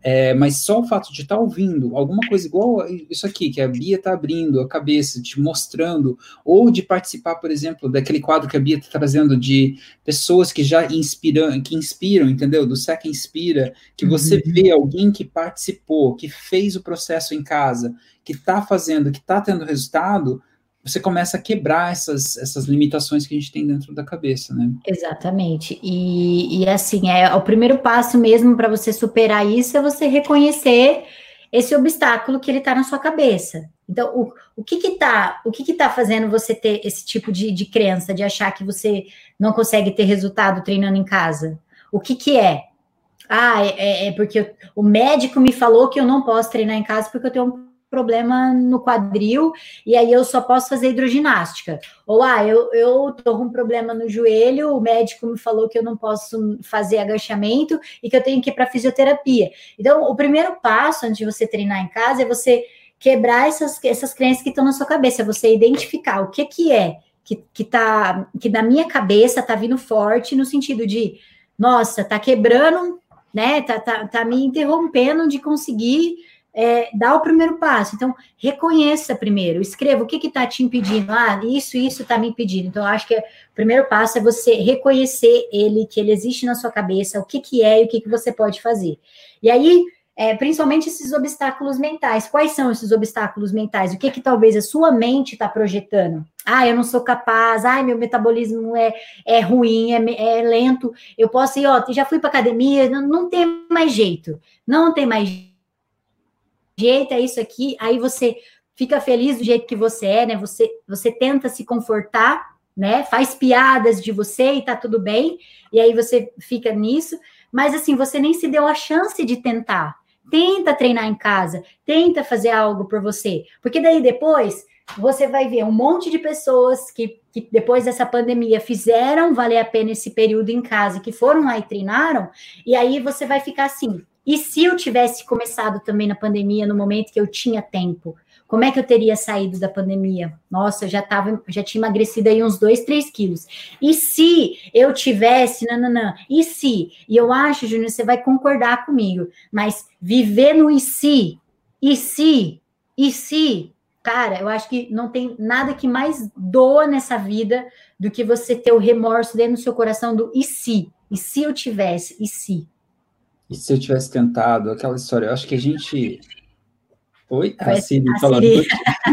É, mas só o fato de estar ouvindo alguma coisa igual isso aqui, que a Bia está abrindo a cabeça, te mostrando, ou de participar, por exemplo, daquele quadro que a Bia está trazendo de pessoas que já inspiram, que inspiram, entendeu? Do Seca Inspira, que você Uhum. vê alguém que participou, que fez o processo em casa, que está fazendo, que está tendo resultado, você começa a quebrar essas, essas limitações que a gente tem dentro da cabeça, né? Exatamente. E, e assim, é o primeiro passo mesmo para você superar isso é você reconhecer esse obstáculo que ele está na sua cabeça. Então, o, o que que tá, o que que tá fazendo você ter esse tipo de, de crença, de achar que você não consegue ter resultado treinando em casa? O que que é? Ah, é, é porque eu, o médico me falou que eu não posso treinar em casa porque eu tenho um problema no quadril e aí eu só posso fazer hidroginástica. Ou, ah, eu, eu tô com um problema no joelho, o médico me falou que eu não posso fazer agachamento e que eu tenho que ir para fisioterapia. Então, o primeiro passo antes de você treinar em casa é você quebrar essas, essas crenças que estão na sua cabeça, é você identificar o que que é que, que, tá, que na minha cabeça tá vindo forte no sentido de, nossa, tá quebrando, né, tá, tá, tá me interrompendo de conseguir é, dar o primeiro passo. Então, reconheça primeiro, escreva o que está te impedindo. Ah, isso, isso está me impedindo. Então, eu acho que o primeiro passo é você reconhecer ele, que ele existe na sua cabeça, o que, que é e o que, que você pode fazer. E aí, é, principalmente esses obstáculos mentais. Quais são esses obstáculos mentais? O que, que talvez a sua mente está projetando? Ah, eu não sou capaz. Ah, meu metabolismo é, é ruim, é, é lento. Eu posso ir, ó, já fui para academia, não, não tem mais jeito. Não tem mais jeito. jeito, é isso aqui, aí você fica feliz do jeito que você é, né? Você, você tenta se confortar, né? Faz piadas de você e tá tudo bem, e aí você fica nisso, mas assim, você nem se deu a chance de tentar. Tenta treinar em casa, tenta fazer algo por você, porque daí depois você vai ver um monte de pessoas que, que depois dessa pandemia fizeram valer a pena esse período em casa, que foram lá e treinaram, e aí você vai ficar assim, e se eu tivesse começado também na pandemia, no momento que eu tinha tempo, como é que eu teria saído da pandemia? Nossa, eu já tava, já tinha emagrecido aí uns dois, três quilos. E se eu tivesse, nananã, e se? E eu acho, Júnior, você vai concordar comigo, mas viver no e se, e se, e se, cara, eu acho que não tem nada que mais doa nessa vida do que você ter o remorso dentro do seu coração do e se? E se eu tivesse? E se? E se eu tivesse tentado aquela história, eu acho que a gente... Oi? A Vai- Siri a falando. Siri,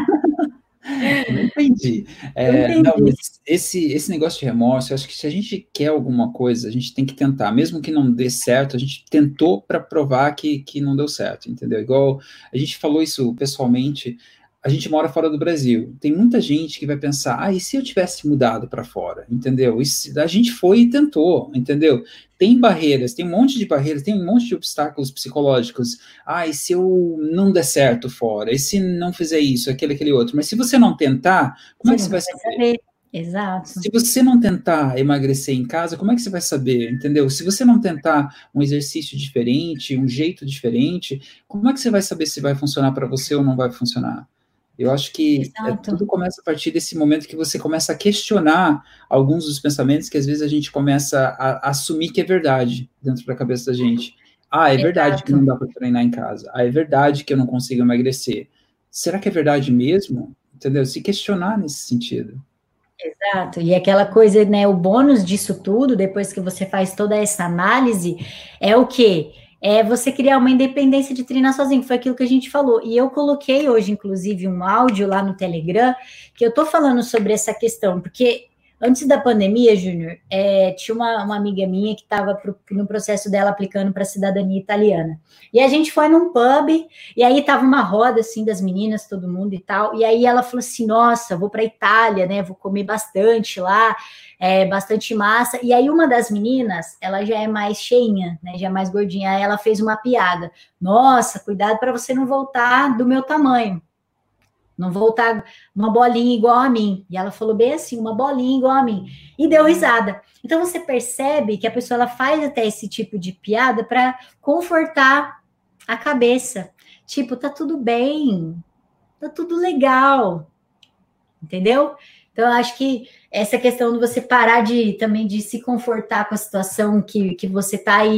Não entendi. eu É, não, entendi. mas esse, esse negócio de remorso, eu acho que se a gente quer alguma coisa, a gente tem que tentar. Mesmo que não dê certo, a gente tentou para provar que, que não deu certo, entendeu? Igual a gente falou isso pessoalmente, a gente mora fora do Brasil. Tem muita gente que vai pensar, ah, e se eu tivesse mudado para fora, entendeu? E se- a gente foi e tentou, entendeu? Tem barreiras, tem um monte de barreiras, tem um monte de obstáculos psicológicos. Ah, e se eu não der certo fora? E se não fizer isso, aquele, aquele outro? Mas se você não tentar, como é Você que você nunca vai vai saber? saber. Exato. Se você não tentar emagrecer em casa, como é que você vai saber, entendeu? Se você não tentar um exercício diferente, um jeito diferente, como é que você vai saber se vai funcionar para você ou não vai funcionar? Eu acho que é, Exato. tudo começa a partir desse momento que você começa a questionar alguns dos pensamentos que às vezes a gente começa a, a assumir que é verdade dentro da cabeça da gente. Ah, é verdade que Exato. não dá para treinar em casa. Ah, é verdade que eu não consigo emagrecer. Será que é verdade mesmo? Entendeu? Se questionar nesse sentido. Exato. E aquela coisa, né? O bônus disso tudo, depois que você faz toda essa análise, é o quê? É você criar uma independência de treinar sozinho, foi aquilo que a gente falou. E eu coloquei hoje, inclusive, um áudio lá no Telegram, que eu tô falando sobre essa questão, porque antes da pandemia, Júnior, é, tinha uma, uma amiga minha que estava no processo dela aplicando para a cidadania italiana. E a gente foi num pub, e aí tava uma roda assim das meninas, todo mundo e tal. E aí ela falou assim: nossa, vou para Itália, né? Vou comer bastante lá, é, bastante massa. E aí uma das meninas, ela já é mais cheinha, né? Já é mais gordinha. Aí ela fez uma piada: nossa, cuidado para você não voltar do meu tamanho. Não voltar uma bolinha igual a mim. E ela falou bem assim, uma bolinha igual a mim. E deu risada. Então você percebe que a pessoa ela faz até esse tipo de piada para confortar a cabeça. Tipo, tá tudo bem, tá tudo legal, entendeu? Então, eu acho que essa questão de você parar de também de se confortar com a situação que, que você tá aí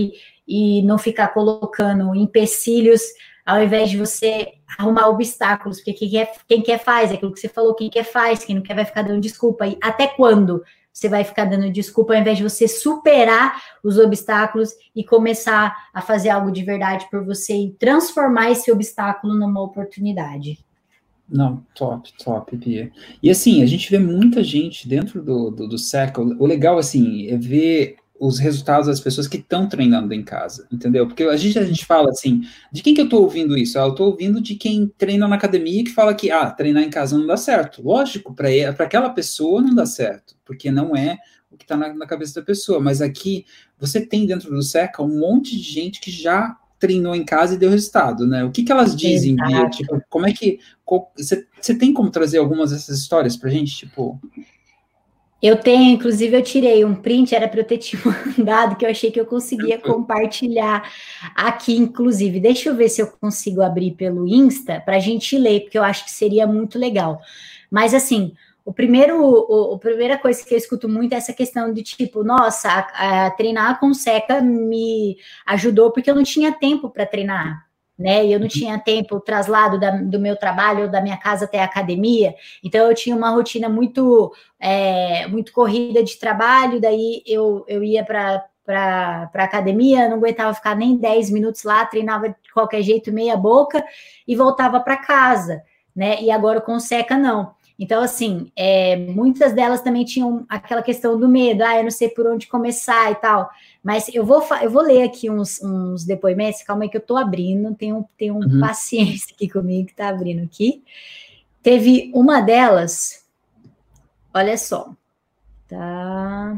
e não ficar colocando empecilhos, ao invés de você arrumar obstáculos, porque quem quer, quem quer faz, é aquilo que você falou, quem quer faz, quem não quer vai ficar dando desculpa. E até quando você vai ficar dando desculpa, ao invés de você superar os obstáculos e começar a fazer algo de verdade por você e transformar esse obstáculo numa oportunidade? Não, top, top, Bia. E assim, a gente vê muita gente dentro do, do, do Seca. O legal, assim, é ver os resultados das pessoas que estão treinando em casa, entendeu? Porque a gente, a gente fala assim, de quem que eu tô ouvindo isso? Ah, eu tô ouvindo de quem treina na academia que fala que, ah, treinar em casa não dá certo. Lógico, para aquela pessoa não dá certo, porque não é o que está na, na cabeça da pessoa. Mas aqui, você tem dentro do Seca um monte de gente que já treinou em casa e deu resultado, né? O que que elas dizem, Exato. Bia? Tipo, como é que... Você tem como trazer algumas dessas histórias pra gente, tipo... Eu tenho, inclusive, eu tirei um print, era para eu ter te mandado, que eu achei que eu conseguia compartilhar aqui, inclusive. Deixa eu ver se eu consigo abrir pelo Insta para a gente ler, porque eu acho que seria muito legal. Mas, assim, o primeiro, o, a primeira coisa que eu escuto muito é essa questão de, tipo, nossa, a, a treinar com Seca me ajudou porque eu não tinha tempo para treinar, né? E eu não tinha tempo, o traslado da, do meu trabalho, da minha casa até a academia, então eu tinha uma rotina muito, é, muito corrida de trabalho, daí eu, eu ia para para a academia, não aguentava ficar nem dez minutos lá, treinava de qualquer jeito, meia boca, e voltava para casa, né? E agora com Seca, não. Então, assim, é, muitas delas também tinham aquela questão do medo, ah, eu não sei por onde começar e tal. Mas eu vou, eu vou ler aqui uns, uns depoimentos, calma aí que eu tô abrindo, tenho, tenho um Uhum. paciência aqui comigo que tá abrindo aqui. Teve uma delas, olha só, tá...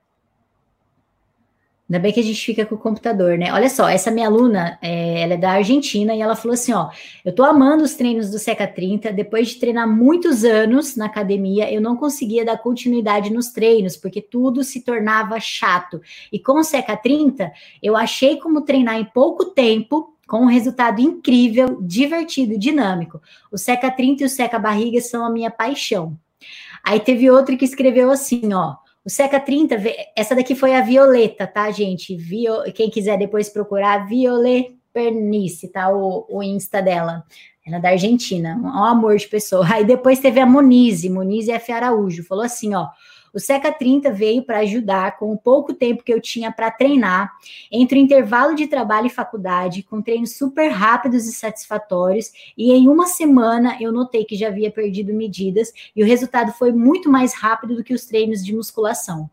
Ainda bem que a gente fica com o computador, né? Olha só, essa minha aluna, é, ela é da Argentina e ela falou assim, ó, eu tô amando os treinos do Seca trinta, depois de treinar muitos anos na academia, eu não conseguia dar continuidade nos treinos, porque tudo se tornava chato. E com o Seca trinta, eu achei como treinar em pouco tempo, com um resultado incrível, divertido, dinâmico. O Seca trinta e o Seca barriga são a minha paixão. Aí teve outro que escreveu assim, ó, o Seca trinta, essa daqui foi a Violeta, tá, gente? Vio, quem quiser depois procurar, Violeta Pernice, tá? O, o Insta dela. Ela é da Argentina, um amor de pessoa. Aí depois teve a Monize, Monize F. Araújo, falou assim, ó, o Seca trinta veio para ajudar com o pouco tempo que eu tinha para treinar, entre o intervalo de trabalho e faculdade, com treinos super rápidos e satisfatórios, e em uma semana eu notei que já havia perdido medidas, e o resultado foi muito mais rápido do que os treinos de musculação.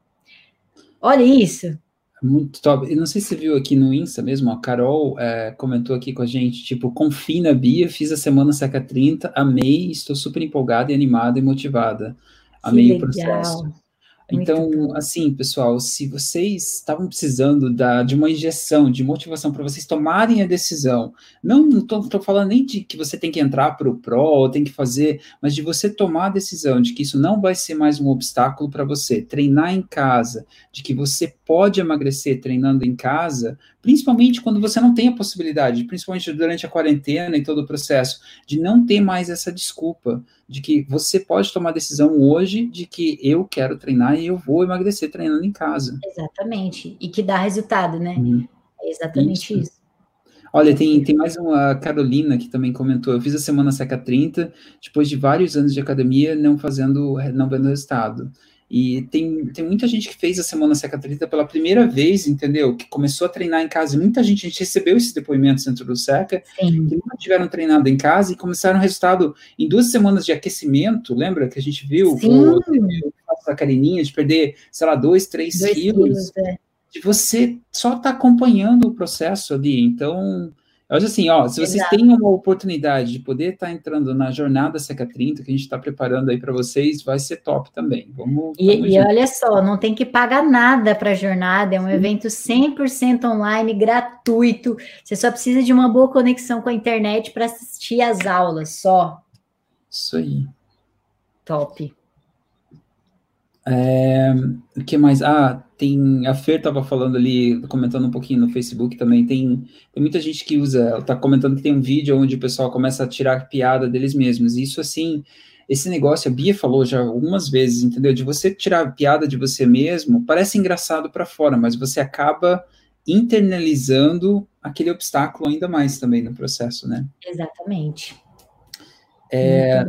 Olha isso. Muito top. Eu não sei se você viu aqui no Insta mesmo, a Carol é, comentou aqui com a gente, tipo, confie na Bia, fiz a semana Seca trinta, amei, estou super empolgada e animada e motivada. Amei o processo. Então, assim, pessoal, se vocês estavam precisando da, de uma injeção, de motivação para vocês tomarem a decisão, não estou falando nem de que você tem que entrar para o Pro, ou tem que fazer, mas de você tomar a decisão de que isso não vai ser mais um obstáculo para você, treinar em casa, de que você pode emagrecer treinando em casa, principalmente quando você não tem a possibilidade, principalmente durante a quarentena e todo o processo, de não ter mais essa desculpa, de que você pode tomar a decisão hoje de que eu quero treinar e eu vou emagrecer treinando em casa. Exatamente, e que dá resultado, né? Uhum. É exatamente isso. isso. Olha, tem, tem mais uma Carolina que também comentou, eu fiz a semana Seca trinta, depois de vários anos de academia, não fazendo, não vendo resultado. E tem, tem muita gente que fez a semana Seca trinta pela primeira vez, entendeu? Que começou a treinar em casa. Muita gente, a gente recebeu esses depoimentos dentro do Seca, Sim. que nunca tiveram treinado em casa e começaram o resultado em duas semanas de aquecimento. Lembra que a gente viu? Sim. O, o da Karininha, de perder, sei lá, dois, três dois quilos. quilos é. De você só estar tá acompanhando o processo ali. Então, eu acho assim, ó, se vocês Exato. têm uma oportunidade de poder estar tá entrando na jornada Seca trinta, que a gente está preparando aí para vocês, vai ser top também. Vamos, e, e olha só, não tem que pagar nada para a jornada, é um Sim. evento cem por cento online, gratuito. Você só precisa de uma boa conexão com a internet para assistir às aulas, só. Isso aí. Top. É, o que mais? Ah, tem, a Fer estava falando ali, comentando um pouquinho no Facebook também, tem, tem muita gente que usa, ela está comentando que tem um vídeo onde o pessoal começa a tirar piada deles mesmos, isso assim, esse negócio, a Bia falou já algumas vezes, entendeu, de você tirar piada de você mesmo, parece engraçado para fora, mas você acaba internalizando aquele obstáculo ainda mais também no processo, né? Exatamente. É,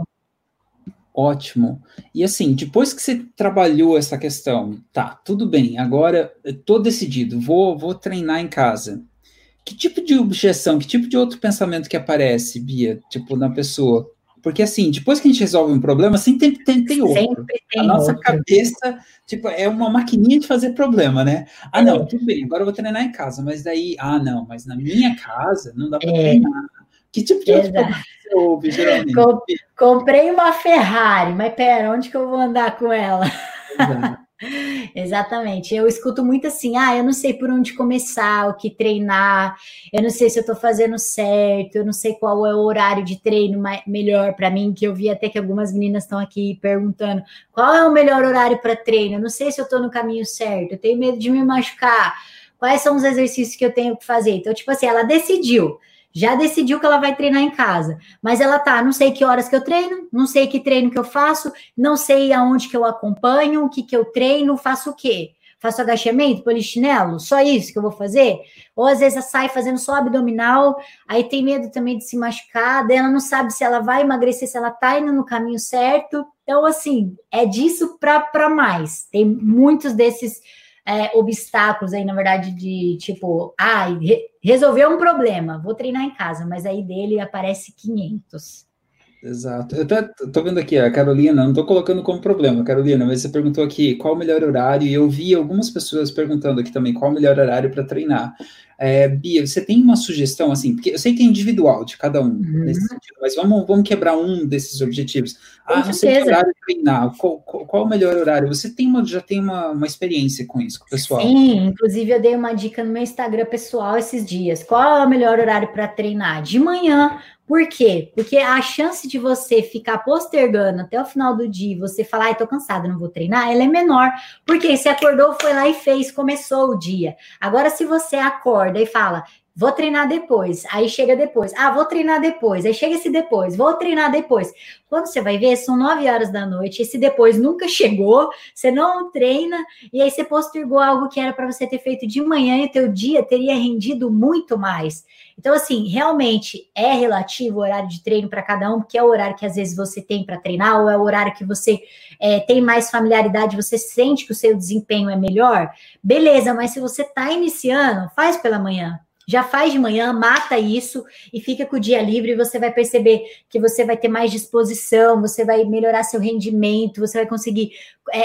ótimo. E assim, depois que você trabalhou essa questão, tá, tudo bem, agora eu tô decidido, vou, vou treinar em casa. Que tipo de objeção, que tipo de outro pensamento que aparece, Bia, tipo, na pessoa? Porque, assim, depois que a gente resolve um problema, sempre tem, tem, tem outro. Sempre tem a nossa outro. cabeça, tipo, é uma maquininha de fazer problema, né? Ah, não, tudo bem, agora eu vou treinar em casa, mas daí, ah, não, mas na minha casa não dá para É, treinar. Que tipo de outro exato. problema você ouve, geralmente? Com, comprei uma Ferrari, mas pera, onde que eu vou andar com ela? Exato. Exatamente. Eu escuto muito assim, ah, eu não sei por onde começar, o que treinar, eu não sei se eu estou fazendo certo, eu não sei qual é o horário de treino mais, melhor para mim, que eu vi até que algumas meninas estão aqui perguntando qual é o melhor horário para treino, eu não sei se eu estou no caminho certo, eu tenho medo de me machucar, quais são os exercícios que eu tenho que fazer. Então, tipo assim, ela decidiu. Já decidiu que ela vai treinar em casa, mas ela tá, não sei que horas que eu treino, não sei que treino que eu faço, não sei aonde que eu acompanho, o que que eu treino, faço o quê? Faço agachamento, polichinelo? Só isso que eu vou fazer? Ou às vezes ela sai fazendo só abdominal, aí tem medo também de se machucar, daí ela não sabe se ela vai emagrecer, se ela tá indo no caminho certo. Então, assim, é disso para mais. Tem muitos desses É, obstáculos aí, na verdade, de tipo, ah, re resolveu um problema, vou treinar em casa, mas aí dele aparece quinhentos. Exato. Eu tô, tô vendo aqui, a Carolina, não tô colocando como problema, Carolina, mas você perguntou aqui qual o melhor horário, e eu vi algumas pessoas perguntando aqui também qual o melhor horário para treinar. É, Bia, você tem uma sugestão, assim, porque eu sei que é individual de cada um, Uhum. nesse sentido, mas vamos, vamos quebrar um desses objetivos. Com Ah, não sei que certeza. horário treinar, qual, qual, qual o melhor horário? Você tem uma, já tem uma, uma experiência com isso, com o pessoal? Sim, inclusive eu dei uma dica no meu Instagram pessoal esses dias. Qual é o melhor horário para treinar? De manhã. Por quê? Porque a chance de você ficar postergando até o final do dia e você falar, ai, tô cansada, não vou treinar, ela é menor. Porque você acordou, foi lá e fez, começou o dia. Agora, se você acorda e fala, vou treinar depois, aí chega depois, ah, vou treinar depois, aí chega esse depois, vou treinar depois. Quando você vai ver, são nove horas da noite, esse depois nunca chegou, você não treina, e aí você postergou algo que era para você ter feito de manhã e o teu dia teria rendido muito mais. Então, assim, realmente é relativo o horário de treino para cada um, porque é o horário que às vezes você tem para treinar, ou é o horário que você é, tem mais familiaridade, você sente que o seu desempenho é melhor. Beleza, mas se você está iniciando, faz pela manhã. Já faz de manhã, mata isso e fica com o dia livre e você vai perceber que você vai ter mais disposição, você vai melhorar seu rendimento, você vai conseguir... É,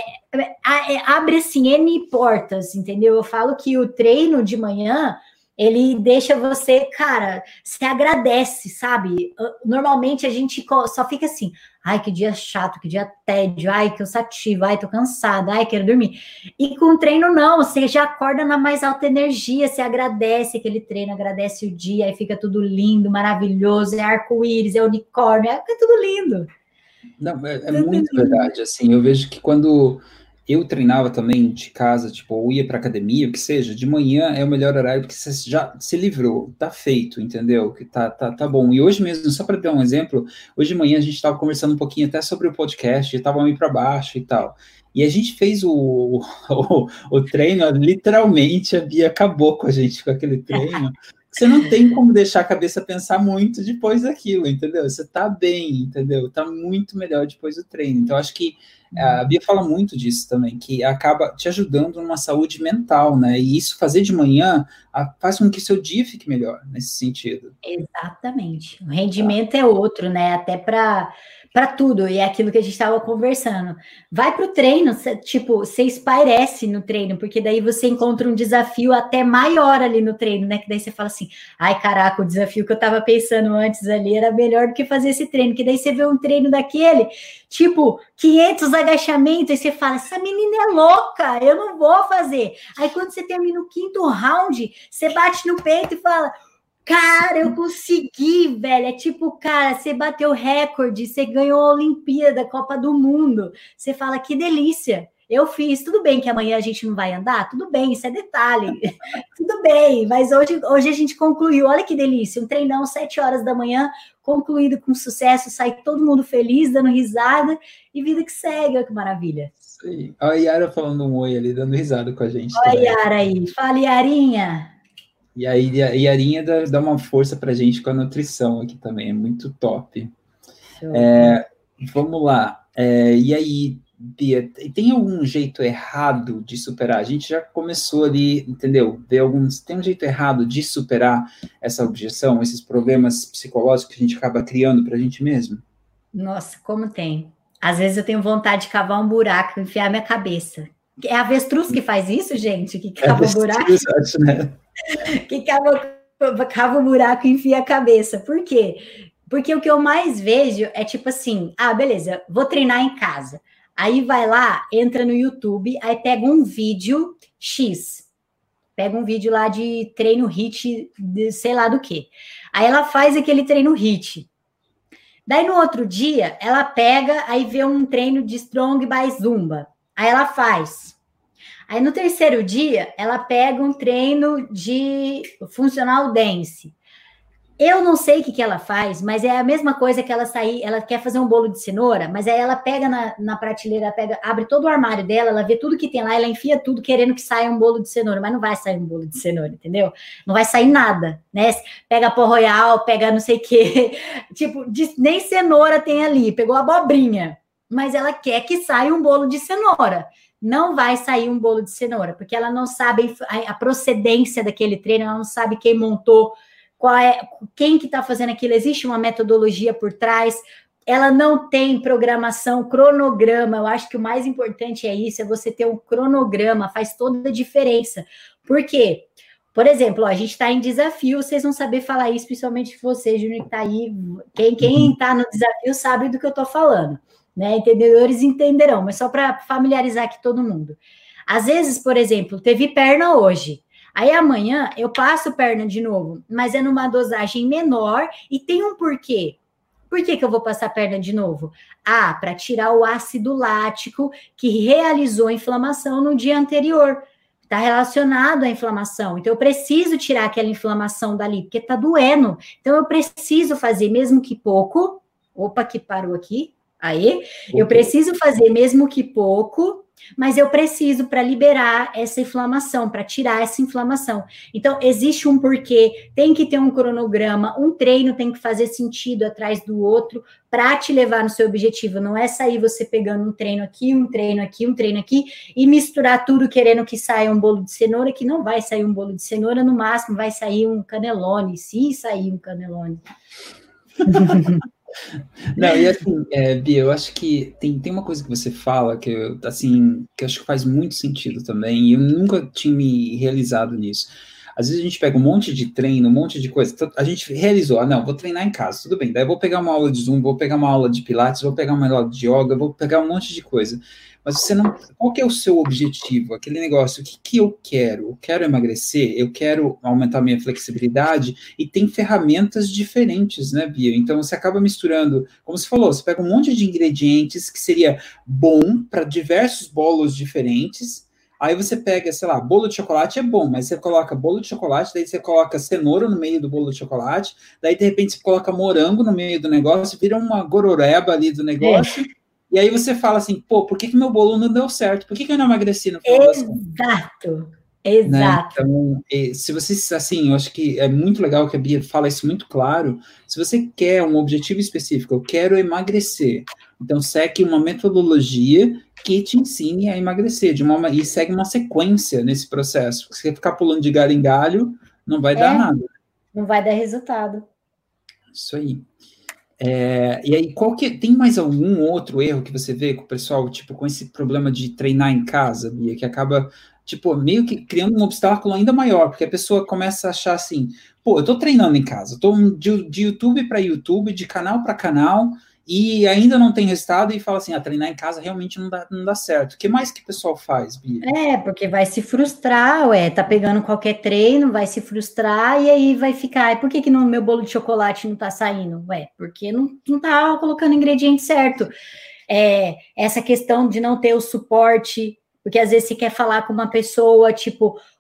é, é, abre, assim, N portas, entendeu? Eu falo que o treino de manhã, ele deixa você, cara, se agradece, sabe? Normalmente a gente só fica assim, ai, que dia chato, que dia tédio, ai, cansativo, ai, tô cansada, ai, quero dormir. E com o treino não, você já acorda na mais alta energia, você agradece aquele treino, agradece o dia, aí fica tudo lindo, maravilhoso, é arco-íris, é unicórnio, é tudo lindo. Não, é, é muito verdade, assim, eu vejo que quando eu treinava também de casa, tipo, ou ia para academia, o que seja, de manhã é o melhor horário, porque você já se livrou, tá feito, entendeu? Que tá, tá, tá bom. E hoje mesmo, só para dar um exemplo, hoje de manhã a gente estava conversando um pouquinho até sobre o podcast, estava meio para baixo e tal. E a gente fez o, o, o treino, literalmente, a Bia acabou com a gente com aquele treino. Você não tem como deixar a cabeça pensar muito depois daquilo, entendeu? Você tá bem, entendeu? Tá muito melhor depois do treino. Então, acho que a Bia fala muito disso também, que acaba te ajudando numa saúde mental, né? E isso fazer de manhã faz com que seu dia fique melhor nesse sentido. Exatamente. O rendimento é outro, né? Até para para tudo, e é aquilo que a gente estava conversando. Vai para o treino, cê, tipo, você espairece no treino, porque daí você encontra um desafio até maior ali no treino, né? Que daí você fala assim, ai, caraca, o desafio que eu estava pensando antes ali era melhor do que fazer esse treino, que daí você vê um treino daquele, tipo, quinhentos agachamentos, e você fala, essa menina é louca, eu não vou fazer. Aí quando você termina o quinto round, você bate no peito e fala, cara, eu consegui, velho. É tipo, cara, você bateu recorde, você ganhou a Olimpíada, a Copa do Mundo. Você fala, que delícia. Eu fiz, tudo bem que amanhã a gente não vai andar? Tudo bem, isso é detalhe. Tudo bem, mas hoje, hoje a gente concluiu. Olha que delícia, um treinão, sete horas da manhã, concluído com sucesso, sai todo mundo feliz, dando risada, e vida que segue, olha que maravilha. Sim. A Yara falando um oi ali, dando risada com a gente Olha também. a Yara aí. Fala, Yarinha. E aí, e a Yarinha dá, dá uma força pra gente com a nutrição aqui também, é muito top. É, vamos lá. É, e aí, Bia, tem algum jeito errado de superar? A gente já começou ali, entendeu? Ver alguns, tem um jeito errado de superar essa objeção, esses problemas psicológicos que a gente acaba criando pra gente mesmo? Nossa, como tem. Às vezes eu tenho vontade de cavar um buraco, enfiar minha cabeça. É a avestruz que faz isso, gente? Que cava um buraco? Acho, né? Que cava, cava um buraco e enfia a cabeça. Por quê? Porque o que eu mais vejo é tipo assim, ah, beleza, vou treinar em casa. Aí vai lá, entra no YouTube, aí pega um vídeo X. Pega um vídeo lá de treino HIIT, de sei lá do que. Aí ela faz aquele treino HIIT. Daí no outro dia, ela pega, aí vê um treino de Strong by Zumba. Aí ela faz. Aí no terceiro dia, ela pega um treino de Functional Dance. Eu não sei o que, que ela faz, mas é a mesma coisa que ela sair, ela quer fazer um bolo de cenoura, mas aí ela pega na, na prateleira, pega, abre todo o armário dela, ela vê tudo que tem lá, ela enfia tudo querendo que saia um bolo de cenoura, mas não vai sair um bolo de cenoura, entendeu? Não vai sair nada, né? Pega pó royal, pega não sei o quê, tipo, de, nem cenoura tem ali, pegou abobrinha, mas ela quer que saia um bolo de cenoura. Não vai sair um bolo de cenoura, porque ela não sabe a, a procedência daquele treino, ela não sabe quem montou, qual é, quem que está fazendo aquilo, existe uma metodologia por trás, ela não tem programação, cronograma. Eu acho que o mais importante é isso, é você ter um cronograma, faz toda a diferença. Por quê? Por exemplo, ó, a gente está em desafio, vocês vão saber falar isso, principalmente você, Júnior, que está aí, quem está no desafio sabe do que eu estou falando, né? Entendedores entenderão, mas só para familiarizar aqui todo mundo. Às vezes, por exemplo, teve perna hoje, aí amanhã eu passo perna de novo, mas é numa dosagem menor e tem um porquê. Por que que eu vou passar perna de novo? Ah, para tirar o ácido lático que realizou a inflamação no dia anterior. Está relacionado à inflamação. Então, eu preciso tirar aquela inflamação dali, porque está doendo. Então, eu preciso fazer, mesmo que pouco. Opa, que parou aqui. Aí, eu preciso fazer mesmo que pouco, mas eu preciso para liberar essa inflamação, para tirar essa inflamação. Então, existe um porquê, tem que ter um cronograma, um treino tem que fazer sentido atrás do outro para te levar no seu objetivo. Não é sair você pegando um treino aqui, um treino aqui, um treino aqui e misturar tudo querendo que saia um bolo de cenoura, que não vai sair um bolo de cenoura, no máximo vai sair um canelone, se sair um canelone. Não, e assim, é, Bia, eu acho que tem, tem uma coisa que você fala que eu, assim, que eu acho que faz muito sentido também, e eu nunca tinha me realizado nisso. Às vezes a gente pega um monte de treino, um monte de coisa, a gente realizou, ah, não, vou treinar em casa, tudo bem, daí eu vou pegar uma aula de Zoom, vou pegar uma aula de Pilates, vou pegar uma aula de Yoga, vou pegar um monte de coisa. Mas você não, qual que é o seu objetivo? Aquele negócio, o que, que eu quero? Eu quero emagrecer? Eu quero aumentar minha flexibilidade? E tem ferramentas diferentes, né, Bia? Então, você acaba misturando, como você falou, você pega um monte de ingredientes que seria bom para diversos bolos diferentes. Aí você pega, sei lá, bolo de chocolate é bom, mas você coloca bolo de chocolate, daí você coloca cenoura no meio do bolo de chocolate, daí, de repente, você coloca morango no meio do negócio, vira uma gororeba ali do negócio. É. E aí você fala assim, pô, por que que meu bolo não deu certo? Por que que eu não emagreci no final das contas? Exato, exato. Né? Então, se você, assim, eu acho que é muito legal que a Bia fala isso muito claro, se você quer um objetivo específico, eu quero emagrecer, então segue uma metodologia que te ensine a emagrecer, de uma, e segue uma sequência nesse processo, porque se você ficar pulando de galho em galho, não vai é, dar nada. Não vai dar resultado. Isso aí. É, e aí, qual que tem mais algum outro erro que você vê com o pessoal, tipo, com esse problema de treinar em casa, Bia, que acaba, tipo, meio que criando um obstáculo ainda maior, porque a pessoa começa a achar assim, pô, eu tô treinando em casa, eu tô de, de YouTube para YouTube, de canal para canal, e ainda não tem resultado, e fala assim, ah, treinar em casa realmente não dá, não dá certo. O que mais que o pessoal faz, Bia? É, porque vai se frustrar, ué, tá pegando qualquer treino, vai se frustrar, e aí vai ficar, por que que no meu bolo de chocolate não tá saindo? Ué, porque não, não tá colocando o ingrediente certo. É, essa questão de não ter o suporte, porque às vezes você quer falar com uma pessoa, tipo,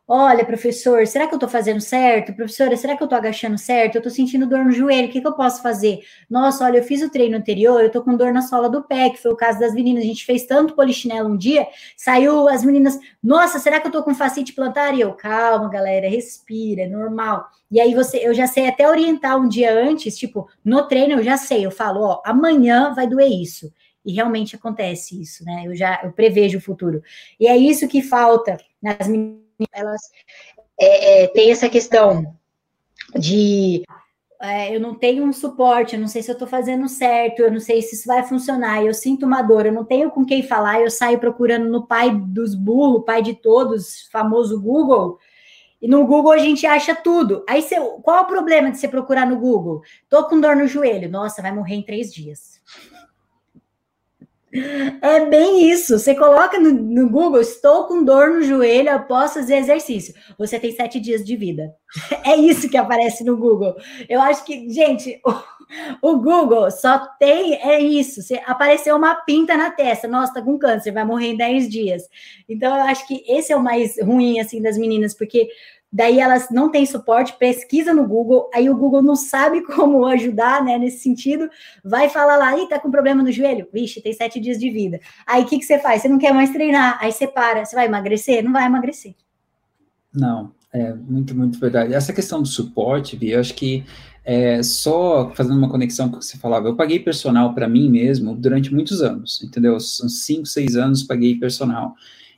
olha, professor, será que eu tô fazendo certo? Professora, será que eu tô agachando certo? Eu tô sentindo dor no joelho, o que que eu posso fazer? Nossa, olha, eu fiz o treino anterior, eu tô com dor na sola do pé, que foi o caso das meninas, a gente fez tanto polichinelo um dia, saiu as meninas, nossa, será que eu tô com fascite plantar? E eu, calma, galera, respira, é normal. E aí você, eu já sei até orientar um dia antes, tipo, no treino eu já sei, eu falo, ó, amanhã vai doer isso. E realmente acontece isso, né? Eu já eu prevejo o futuro. E é isso que falta nas meninas, elas é, é, têm essa questão de é, eu não tenho um suporte, eu não sei se eu estou fazendo certo, eu não sei se isso vai funcionar, eu sinto uma dor, eu não tenho com quem falar, eu saio procurando no pai dos burros, pai de todos, famoso Google. E no Google a gente acha tudo. Aí você, qual é o problema de você procurar no Google? Tô com dor no joelho. Nossa, vai morrer em três dias. É bem isso. Você coloca no, no Google, estou com dor no joelho, eu posso fazer exercício. Você tem sete dias de vida. É isso que aparece no Google. Eu acho que, gente, o, o Google só tem, é isso. Você apareceu uma pinta na testa. Nossa, tá com câncer, vai morrer em dez dias. Então, eu acho que esse é o mais ruim, assim, das meninas, porque daí elas não têm suporte, pesquisa no Google, aí o Google não sabe como ajudar, né, nesse sentido, vai falar lá, ih, tá com problema no joelho? Vixe, tem sete dias de vida. Aí o que, que você faz? Você não quer mais treinar, aí você para, você vai emagrecer? Não vai emagrecer. Não, é muito, muito verdade. Essa questão do suporte, Vi, eu acho que é, só fazendo uma conexão com o que você falava, eu paguei personal para mim mesmo durante muitos anos, entendeu? Uns cinco, seis anos paguei personal.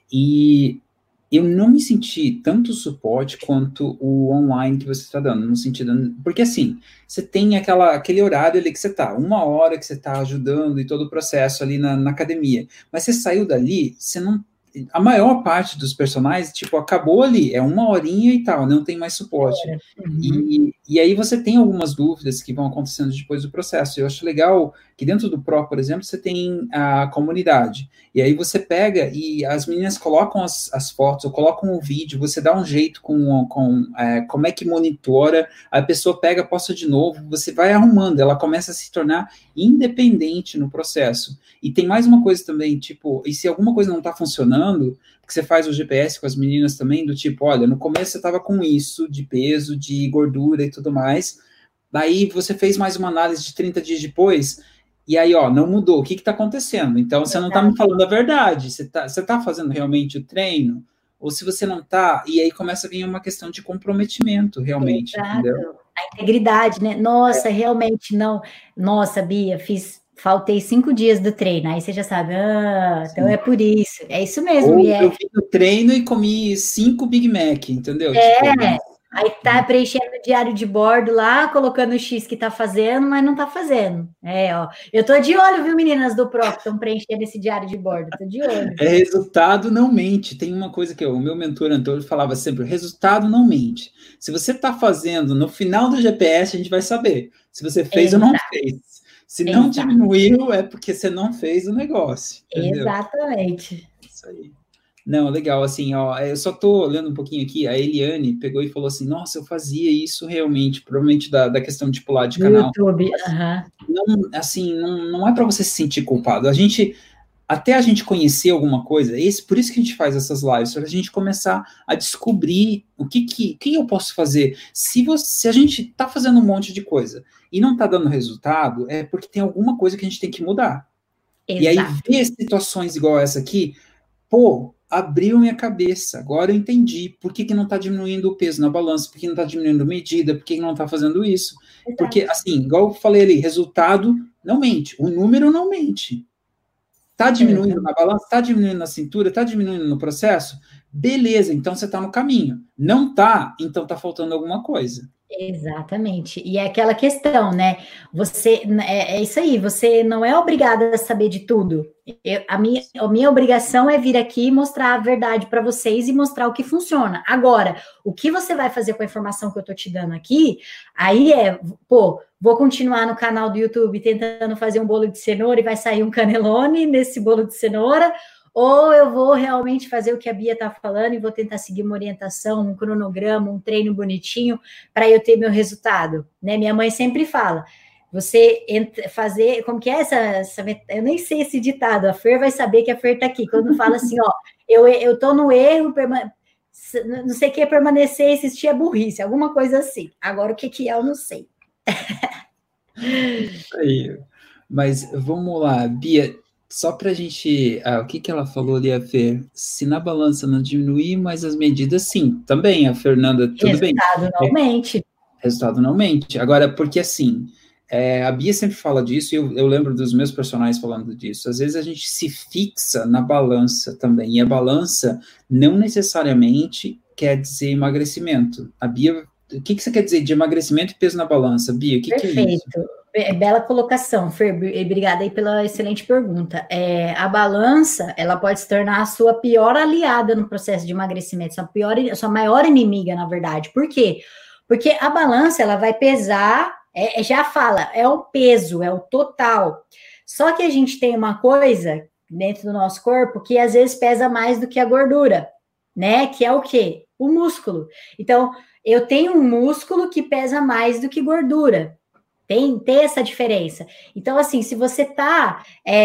E eu não me senti tanto suporte quanto o online que você está dando, no sentido, porque assim, você tem aquela, aquele horário ali que você está, uma hora que você está ajudando e todo o processo ali na, na academia, mas você saiu dali, você não, a maior parte dos personagens, tipo, acabou ali, é uma horinha e tal, não tem mais suporte. Uhum. E, e aí você tem algumas dúvidas que vão acontecendo depois do processo. Eu acho legal que dentro do Pro, por exemplo, você tem a comunidade. E aí você pega e as meninas colocam as, as fotos, ou colocam o vídeo, você dá um jeito com, com é, como é que monitora, a pessoa pega, posta de novo, você vai arrumando, ela começa a se tornar independente no processo. E tem mais uma coisa também, tipo, e se alguma coisa não está funcionando, que você faz o G P S com as meninas também, do tipo, olha, no começo você estava com isso, de peso, de gordura e tudo mais, daí você fez mais uma análise de trinta dias depois, e aí, ó, não mudou, o que está acontecendo? Então, você não está me falando a verdade, você está você tá fazendo realmente o treino, ou se você não está, e aí começa a vir uma questão de comprometimento, realmente, Exato. Entendeu? A integridade, né? Nossa, é. realmente não. Nossa, Bia, fiz... Faltei cinco dias do treino, aí você já sabe, ah, então Sim. é por isso, é isso mesmo. Ou e é... eu fiz o treino e comi cinco Big Mac, entendeu? É, tipo, aí tá preenchendo o diário de bordo lá, colocando o X que tá fazendo, mas não tá fazendo. É, ó, eu tô de olho, viu, meninas do Pro, que estão preenchendo esse diário de bordo, tô de olho. É, resultado não mente. Tem uma coisa que eu, o meu mentor Antônio falava sempre, resultado não mente. Se você tá fazendo, no final do G P S a gente vai saber se você fez Exato. ou não fez. Se não Exato. diminuiu, é porque você não fez o negócio. Entendeu? Exatamente. Isso aí. Não, legal, assim, ó, eu só tô olhando um pouquinho aqui, a Eliane pegou e falou assim, nossa, eu fazia isso realmente, provavelmente da, da questão de pular de canal. YouTube, aham. Não, assim, não, não é para você se sentir culpado, a gente, até a gente conhecer alguma coisa, esse, por isso que a gente faz essas lives, para a gente começar a descobrir o que que, que eu posso fazer. Se, você, se a gente tá fazendo um monte de coisa e não tá dando resultado, é porque tem alguma coisa que a gente tem que mudar. Exato. E aí, ver situações igual essa aqui, pô, abriu minha cabeça, agora eu entendi por que, que não está diminuindo o peso na balança, por que não está diminuindo a medida, por que, que não está fazendo isso. Exato. Porque, assim, igual eu falei ali, resultado não mente, o número não mente. Está diminuindo é. na balança, está diminuindo na cintura, está diminuindo no processo? Beleza, então você está no caminho. Não está, então está faltando alguma coisa. Exatamente, e é aquela questão, né? Você é, é isso aí, você não é obrigada a saber de tudo. Eu, a, minha, a minha obrigação é vir aqui e mostrar a verdade para vocês e mostrar o que funciona. Agora, o que você vai fazer com a informação que eu tô te dando aqui, aí é, pô, vou continuar no canal do YouTube tentando fazer um bolo de cenoura e vai sair um canelone nesse bolo de cenoura. Ou eu vou realmente fazer o que a Bia está falando e vou tentar seguir uma orientação, um cronograma, um treino bonitinho para eu ter meu resultado, né? Minha mãe sempre fala, você entra, fazer, como que é essa, essa, eu nem sei esse ditado, a Fer vai saber que a Fer está aqui, quando fala assim, ó, eu, eu tô no erro, não sei o que é permanecer, existir é burrice, alguma coisa assim. Agora, o que, que é, eu não sei. Aí, mas vamos lá, Bia, só para a gente. Ah, o que, que ela falou ali, a Fer? Se na balança não diminuir, mas as medidas, sim, também, a Fernanda, tudo bem. Resultado não aumente. Resultado não aumente. Agora, porque assim, é, a Bia sempre fala disso, e eu, eu lembro dos meus personagens falando disso. Às vezes a gente se fixa na balança também, e a balança não necessariamente quer dizer emagrecimento. A Bia, o que, que você quer dizer de emagrecimento e peso na balança, Bia? O que, que é isso? Perfeito. Bela colocação, Fer, obrigada aí pela excelente pergunta. É, a balança, ela pode se tornar a sua pior aliada no processo de emagrecimento, sua, pior, sua maior inimiga, na verdade. Por quê? Porque a balança, ela vai pesar, é, já fala, é o peso, é o total. Só que a gente tem uma coisa dentro do nosso corpo que às vezes pesa mais do que a gordura, né? Que é o quê? O músculo. Então, eu tenho um músculo que pesa mais do que gordura. Tem, tem essa diferença. Então, assim, se você tá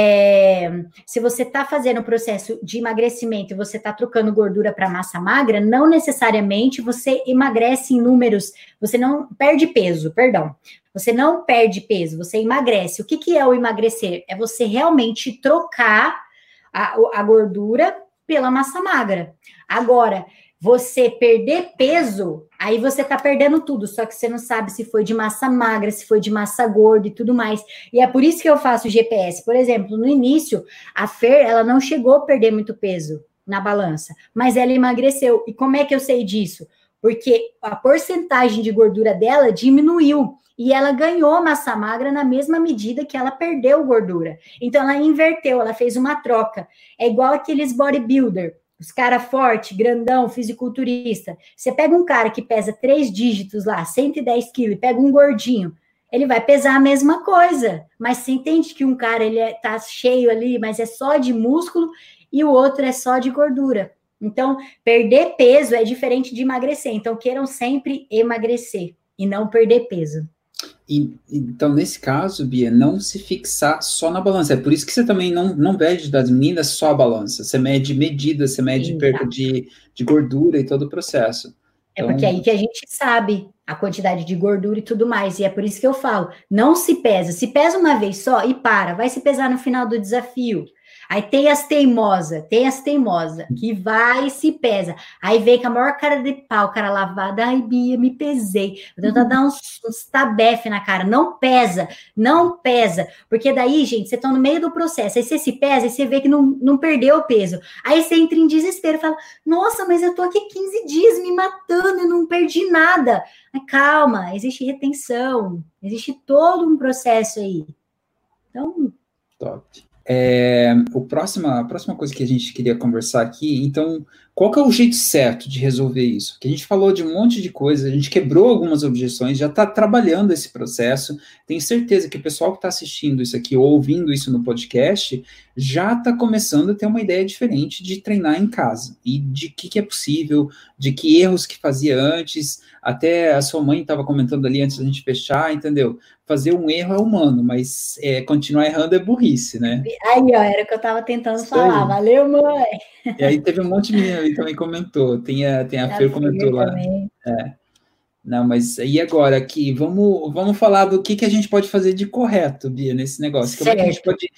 é, se você tá fazendo o processo de emagrecimento e você tá trocando gordura para massa magra, não necessariamente você emagrece em números, você não perde peso, perdão. Você não perde peso, você emagrece. O que, que é o emagrecer? É você realmente trocar a, a gordura pela massa magra. Agora, você perder peso, aí você tá perdendo tudo, só que você não sabe se foi de massa magra, se foi de massa gorda e tudo mais. E é por isso que eu faço o G P S. Por exemplo, no início, a Fer, ela não chegou a perder muito peso na balança, mas ela emagreceu. E como é que eu sei disso? Porque a porcentagem de gordura dela diminuiu e ela ganhou massa magra na mesma medida que ela perdeu gordura. Então, ela inverteu, ela fez uma troca. É igual aqueles bodybuilder. Os caras forte, grandão, fisiculturista. Você pega um cara que pesa três dígitos lá, cento e dez quilos, e pega um gordinho, ele vai pesar a mesma coisa. Mas você entende que um cara, ele é, tá cheio ali, mas é só de músculo, e o outro é só de gordura. Então, perder peso é diferente de emagrecer. Então, queiram sempre emagrecer e não perder peso. E, então, nesse caso, Bia, não se fixar só na balança. É por isso que você também não, não mede das meninas só a balança. Você mede medida, você mede Sim, perca tá. de, de gordura e todo o processo. Então, é porque é aí que a gente sabe a quantidade de gordura e tudo mais. E é por isso que eu falo, não se pesa. Se pesa uma vez só e para, vai se pesar no final do desafio. Aí tem as teimosas, tem as teimosas, que vai e se pesa. Aí vem com a maior cara de pau, cara lavada. Ai, Bia, me pesei. Vou tentar dar uns, uns tabefe na cara. Não pesa, não pesa. Porque daí, gente, você tá no meio do processo. Aí você se pesa e você vê que não, não perdeu o peso. Aí você entra em desespero e fala, nossa, mas eu tô aqui quinze dias me matando e não perdi nada. Mas calma, existe retenção. Existe todo um processo aí. Então... Top. É, o próximo, a próxima coisa que a gente queria conversar aqui, então, qual que é o jeito certo de resolver isso? Porque a gente falou de um monte de coisa, a gente quebrou algumas objeções, já está trabalhando esse processo, tenho certeza que o pessoal que está assistindo isso aqui, ou ouvindo isso no podcast, já está começando a ter uma ideia diferente de treinar em casa, e de que, que é possível, de que erros que fazia antes, até a sua mãe estava comentando ali antes da gente fechar, entendeu? Fazer um erro é humano, mas é, continuar errando é burrice, né? Aí, ó, era o que eu estava tentando Isso falar. Aí. Valeu, mãe! E aí teve um monte de menina ali também comentou. Tem a, tem a, a Fer comentou lá. Também. É. Não, mas e agora aqui? Vamos, vamos falar do que, que a gente pode fazer de correto, Bia, nesse negócio. Como é que a gente pode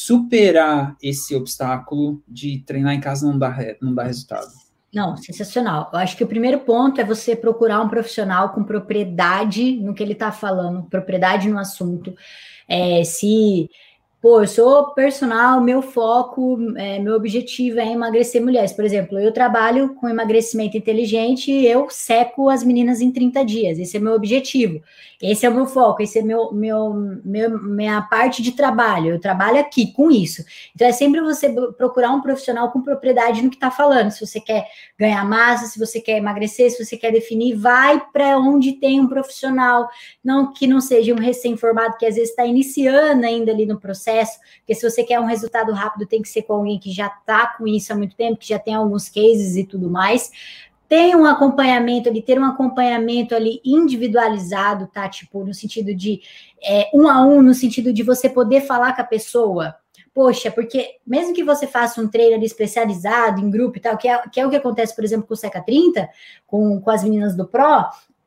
superar esse obstáculo de treinar em casa não dar, não dar resultado? Não, sensacional. Eu acho que o primeiro ponto é você procurar um profissional com propriedade no que ele está falando, propriedade no assunto. É, se, pô, eu sou personal, meu foco, é, meu objetivo é emagrecer mulheres. Por exemplo, eu trabalho com emagrecimento inteligente e eu seco as meninas em trinta dias. Esse é meu objetivo. Esse é o meu foco, esse é meu, meu, meu, minha parte de trabalho. Eu trabalho aqui com isso. Então, é sempre você procurar um profissional com propriedade no que está falando. Se você quer ganhar massa, se você quer emagrecer, se você quer definir, vai para onde tem um profissional, não que não seja um recém-formado que às vezes está iniciando ainda ali no processo, porque se você quer um resultado rápido, tem que ser com alguém que já está com isso há muito tempo, que já tem alguns cases e tudo mais. Tem um acompanhamento ali, ter um acompanhamento ali individualizado, tá? Tipo, no sentido de é, um a um, no sentido de você poder falar com a pessoa. Poxa, porque mesmo que você faça um treino ali especializado em grupo e tal, que é, que é o que acontece, por exemplo, com o Seca trinta, com, com as meninas do Pro,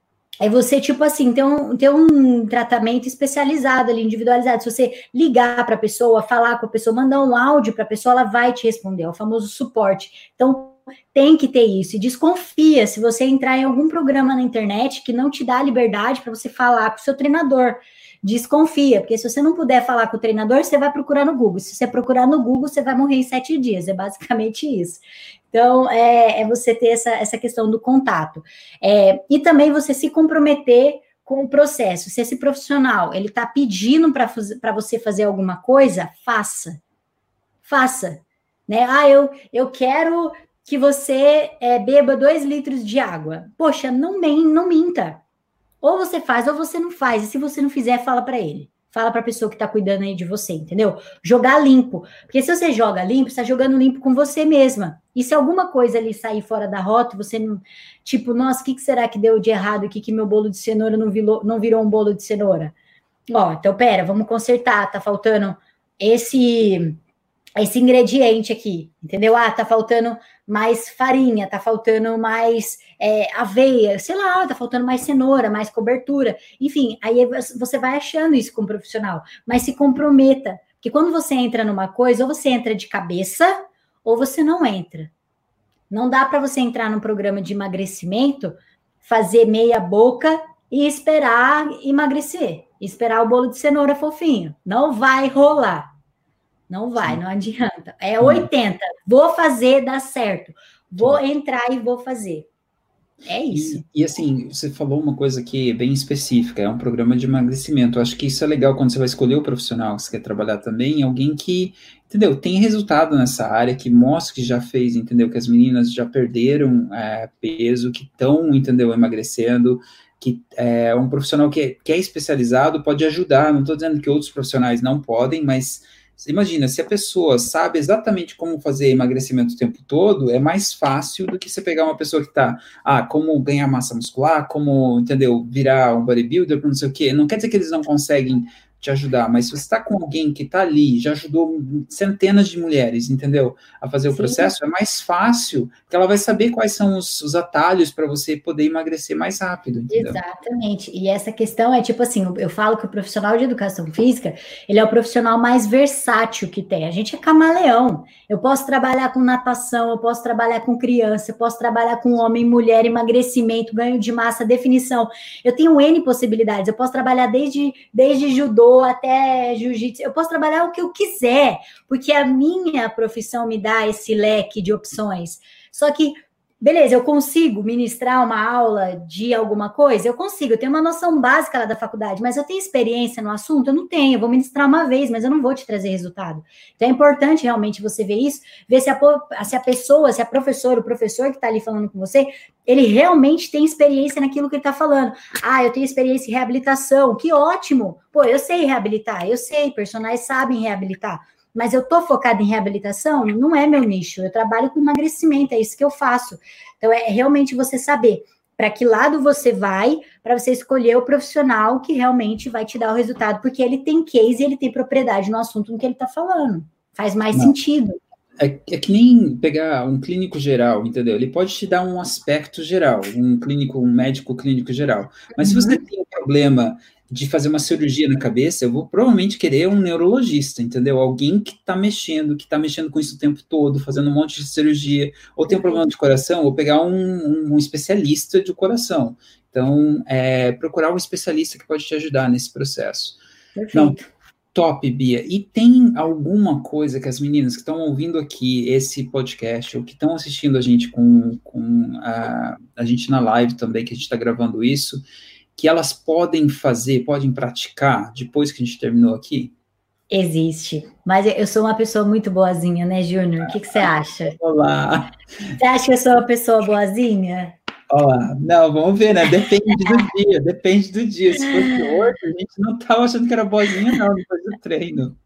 é você, tipo assim, ter um, ter um tratamento especializado ali, individualizado. Se você ligar para a pessoa, falar com a pessoa, mandar um áudio para a pessoa, ela vai te responder, é o famoso suporte. Então, tem que ter isso. E desconfia se você entrar em algum programa na internet que não te dá a liberdade para você falar com o seu treinador. Desconfia, porque se você não puder falar com o treinador, você vai procurar no Google. Se você procurar no Google, você vai morrer em sete dias. É basicamente isso. Então, é, é você ter essa, essa questão do contato. É, e também você se comprometer com o processo. Se esse profissional ele está pedindo para você fazer alguma coisa, faça. Faça. Né? Ah, eu, eu quero que você é, beba dois litros de água. Poxa, não, não minta. Ou você faz ou você não faz. E se você não fizer, fala para ele. Fala para a pessoa que está cuidando aí de você, entendeu? Jogar limpo. Porque se você joga limpo, você está jogando limpo com você mesma. E se alguma coisa ali sair fora da rota, você não... Tipo, nossa, o que, que será que deu de errado aqui que meu bolo de cenoura não virou, não virou um bolo de cenoura? Ó, então, pera, vamos consertar. Tá faltando esse... esse ingrediente aqui, entendeu? Ah, tá faltando mais farinha, tá faltando mais é, aveia, sei lá, tá faltando mais cenoura, mais cobertura. Enfim, aí você vai achando isso como profissional, mas se comprometa, porque quando você entra numa coisa, ou você entra de cabeça, ou você não entra. Não dá para você entrar num programa de emagrecimento, fazer meia boca e esperar emagrecer, esperar o bolo de cenoura fofinho. Não vai rolar. Não vai, não adianta. É oitenta. Vou fazer, dá certo. Vou entrar e vou fazer. É isso. E, e assim, você falou uma coisa aqui bem específica, é um programa de emagrecimento. Eu acho que isso é legal quando você vai escolher o profissional que você quer trabalhar também, alguém que, entendeu, tem resultado nessa área, que mostra que já fez, entendeu, que as meninas já perderam é, peso, que estão, entendeu, emagrecendo, que é um profissional que é, que é especializado, pode ajudar. Não estou dizendo que outros profissionais não podem, mas... Você imagina, se a pessoa sabe exatamente como fazer emagrecimento o tempo todo, é mais fácil do que você pegar uma pessoa que está, ah, como ganhar massa muscular, como, entendeu, virar um bodybuilder, não sei o quê. Não quer dizer que eles não conseguem te ajudar, mas se você está com alguém que está ali, já ajudou centenas de mulheres, entendeu, a fazer Sim. o processo, é mais fácil, porque ela vai saber quais são os, os atalhos para você poder emagrecer mais rápido, entendeu? Exatamente, e essa questão é tipo assim, eu falo que o profissional de educação física, ele é o profissional mais versátil que tem, a gente é camaleão, eu posso trabalhar com natação, eu posso trabalhar com criança, eu posso trabalhar com homem, mulher, emagrecimento, ganho de massa, definição, eu tenho N possibilidades, eu posso trabalhar desde, desde judô até jiu-jitsu, eu posso trabalhar o que eu quiser, porque a minha profissão me dá esse leque de opções. Só que, beleza, eu consigo ministrar uma aula de alguma coisa? Eu consigo, eu tenho uma noção básica lá da faculdade, mas eu tenho experiência no assunto? Eu não tenho, eu vou ministrar uma vez, mas eu não vou te trazer resultado. Então é importante realmente você ver isso, ver se a, se a pessoa, se a professora, o professor que está ali falando com você, ele realmente tem experiência naquilo que ele está falando. Ah, eu tenho experiência em reabilitação, que ótimo! Pô, eu sei reabilitar, eu sei, personagens sabem reabilitar, mas eu tô focada em reabilitação? Não é meu nicho, eu trabalho com emagrecimento, é isso que eu faço. Então, é realmente você saber para que lado você vai, para você escolher o profissional que realmente vai te dar o resultado, porque ele tem case e ele tem propriedade no assunto no que ele está falando. Faz mais Não. sentido. É, é que nem pegar um clínico geral, entendeu? Ele pode te dar um aspecto geral, um clínico, um médico clínico geral. Mas uhum. se você tem um problema de fazer uma cirurgia na cabeça, eu vou provavelmente querer um neurologista, entendeu? Alguém que está mexendo, que está mexendo com isso o tempo todo, fazendo um monte de cirurgia, ou tem um problema de coração, vou pegar um, um, um especialista de coração. Então, é, procurar um especialista que pode te ajudar nesse processo. Perfeito. Não, top, Bia. E tem alguma coisa que as meninas que estão ouvindo aqui esse podcast, ou que estão assistindo a gente com, com a, a gente na live também, que a gente está gravando isso, que elas podem fazer, podem praticar depois que a gente terminou aqui? Existe. Mas eu sou uma pessoa muito boazinha, né, Júnior? O que, que você acha? Olá. Você acha que eu sou uma pessoa boazinha? Olá. Não, vamos ver, né? Depende do dia, depende do dia. Se fosse hoje, a gente não estava achando que era boazinha, não, depois do treino.